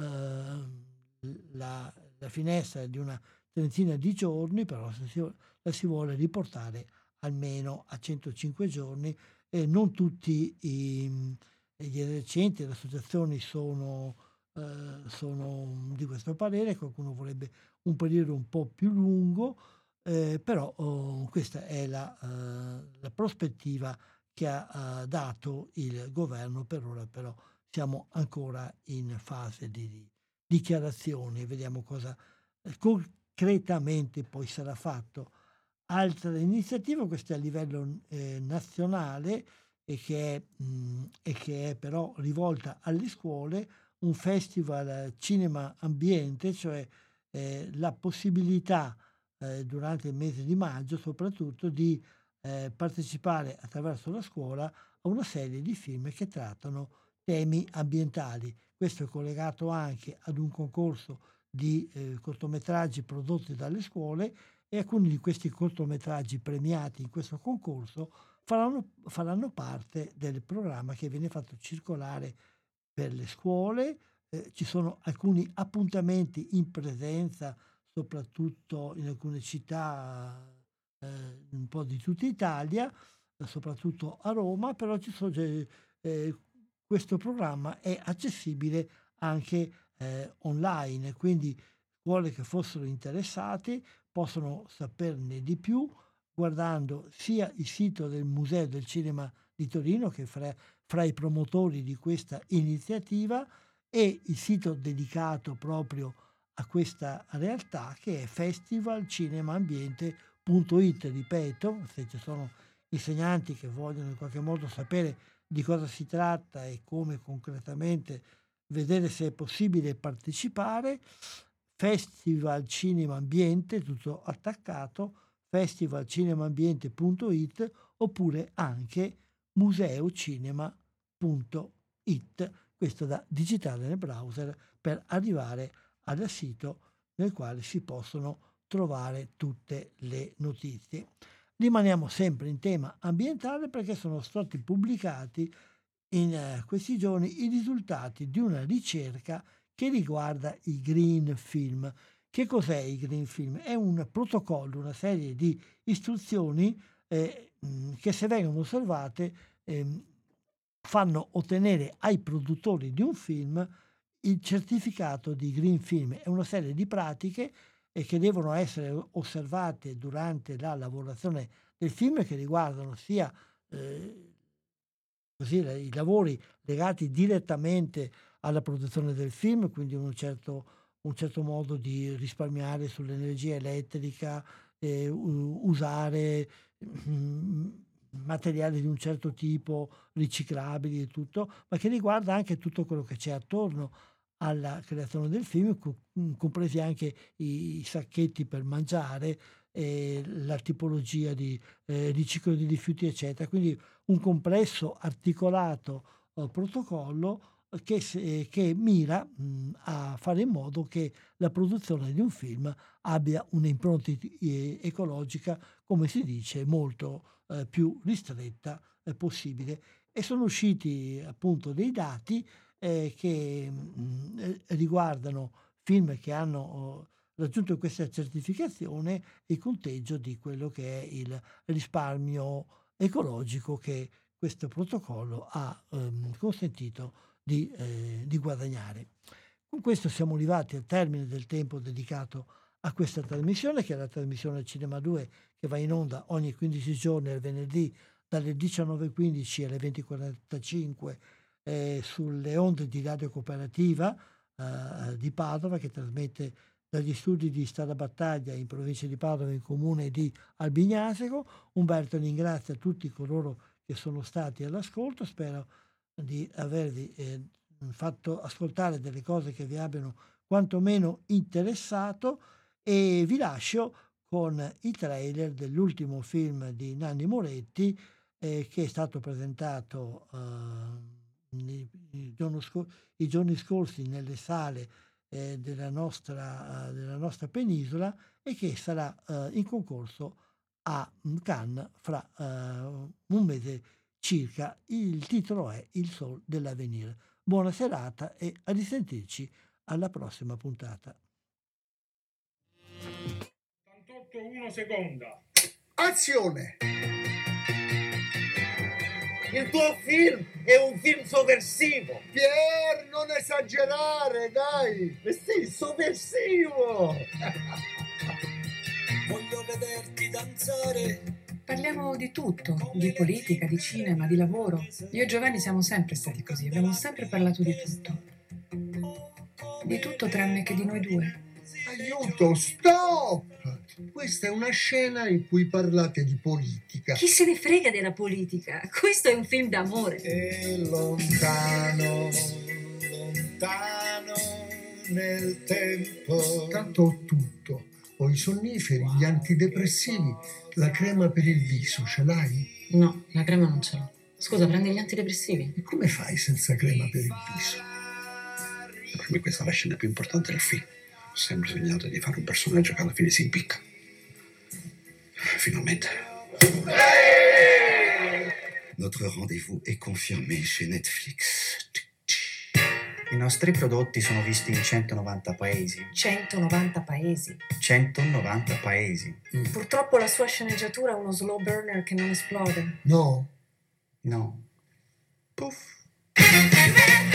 eh, la, la finestra è di una trentina di giorni, però se si, la si vuole riportare almeno a centocinque giorni. E non tutti i, gli esercenti e le associazioni sono, eh, sono di questo parere, qualcuno vorrebbe un periodo un po' più lungo, eh, però oh, questa è la, eh, la prospettiva che ha eh, dato il governo. Per ora però siamo ancora in fase di, di dichiarazioni, vediamo cosa eh, concretamente poi sarà fatto. Altra iniziativa, questa è a livello eh, nazionale e che, è, mh, e che è però rivolta alle scuole, un festival cinema ambiente, cioè eh, la possibilità eh, durante il mese di maggio soprattutto di eh, partecipare attraverso la scuola a una serie di film che trattano temi ambientali. Questo è collegato anche ad un concorso di eh, cortometraggi prodotti dalle scuole, e alcuni di questi cortometraggi premiati in questo concorso faranno, faranno parte del programma che viene fatto circolare per le scuole. Eh, ci sono alcuni appuntamenti in presenza, soprattutto in alcune città eh, un po' di tutta Italia, eh, soprattutto a Roma, però ci sono, eh, questo programma è accessibile anche eh, online, quindi scuole che fossero interessate possono saperne di più guardando sia il sito del Museo del Cinema di Torino, che è fra, fra i promotori di questa iniziativa, e il sito dedicato proprio a questa realtà, che è festival cinema ambiente punto it. Ripeto, se ci sono insegnanti che vogliono in qualche modo sapere di cosa si tratta e come concretamente vedere se è possibile partecipare, Festival Cinema Ambiente, tutto attaccato, festival cinema ambiente punto it, oppure anche museocinema punto it, questo da digitare nel browser per arrivare al sito nel quale si possono trovare tutte le notizie. Rimaniamo sempre in tema ambientale perché sono stati pubblicati in eh, questi giorni i risultati di una ricerca che riguarda i green film. Che cos'è il green film? È un protocollo, una serie di istruzioni eh, che, se vengono osservate, eh, fanno ottenere ai produttori di un film il certificato di green film. È una serie di pratiche eh, che devono essere osservate durante la lavorazione del film, che riguardano sia eh, così, i lavori legati direttamente alla produzione del film, quindi un certo, un certo modo di risparmiare sull'energia elettrica, eh, usare mh, materiali di un certo tipo, riciclabili e tutto, ma che riguarda anche tutto quello che c'è attorno alla creazione del film, compresi anche i, i sacchetti per mangiare, e la tipologia di eh, riciclo di rifiuti, eccetera. Quindi un complesso articolato eh, protocollo che, se, che mira mh, a fare in modo che la produzione di un film abbia un'impronta eh, ecologica, come si dice, molto eh, più ristretta eh, possibile. E sono usciti appunto dei dati eh, che mh, riguardano film che hanno raggiunto questa certificazione e il conteggio di quello che è il risparmio ecologico che questo protocollo ha ehm, consentito di, eh, di guadagnare. Con questo siamo arrivati al termine del tempo dedicato a questa trasmissione, che è la trasmissione Cinema due, che va in onda ogni quindici giorni al venerdì dalle diciannove e quindici alle venti e quarantacinque eh, sulle onde di Radio Cooperativa eh, di Padova, che trasmette dagli studi di Strada Battaglia in provincia di Padova, in comune di Albignasego. Umberto ringrazia tutti coloro che sono stati all'ascolto, spero di avervi eh, fatto ascoltare delle cose che vi abbiano quantomeno interessato, e vi lascio con i trailer dell'ultimo film di Nanni Moretti eh, che è stato presentato eh, i, i, giorno scor- i giorni scorsi nelle sale eh, della, nostra, uh, della nostra penisola, e che sarà uh, in concorso a Cannes fra uh, un mese circa. Il titolo è Il Sol dell'Avenir. Buona serata e a risentirci alla prossima puntata. ottantotto uno seconda. Azione! Il tuo film è un film sovversivo. Pier, non esagerare, dai. Sì, sovversivo. Voglio vederti danzare. Parliamo di tutto, di politica, di cinema, di lavoro. Io e Giovanni siamo sempre stati così, abbiamo sempre parlato di tutto. Di tutto tranne che di noi due. Aiuto, stop! Questa è una scena in cui parlate di politica. Chi se ne frega della politica? Questo è un film d'amore. E lontano, lontano nel tempo. Tanto ho tutto. Ho i sonniferi, gli antidepressivi, la crema per il viso, ce l'hai? No, la crema non ce l'ho. Scusa, prendi gli antidepressivi? E come fai senza crema per il viso? Per me questa è la scena più importante del film. Ho sempre sognato di fare un personaggio che alla fine si impicca. Finalmente. Notre rendez-vous est confirmé chez Netflix. I nostri prodotti sono visti in centonovanta paesi. centonovanta paesi. centonovanta paesi. Mm. Purtroppo la sua sceneggiatura è uno slow burner che non esplode. No. No. Puff.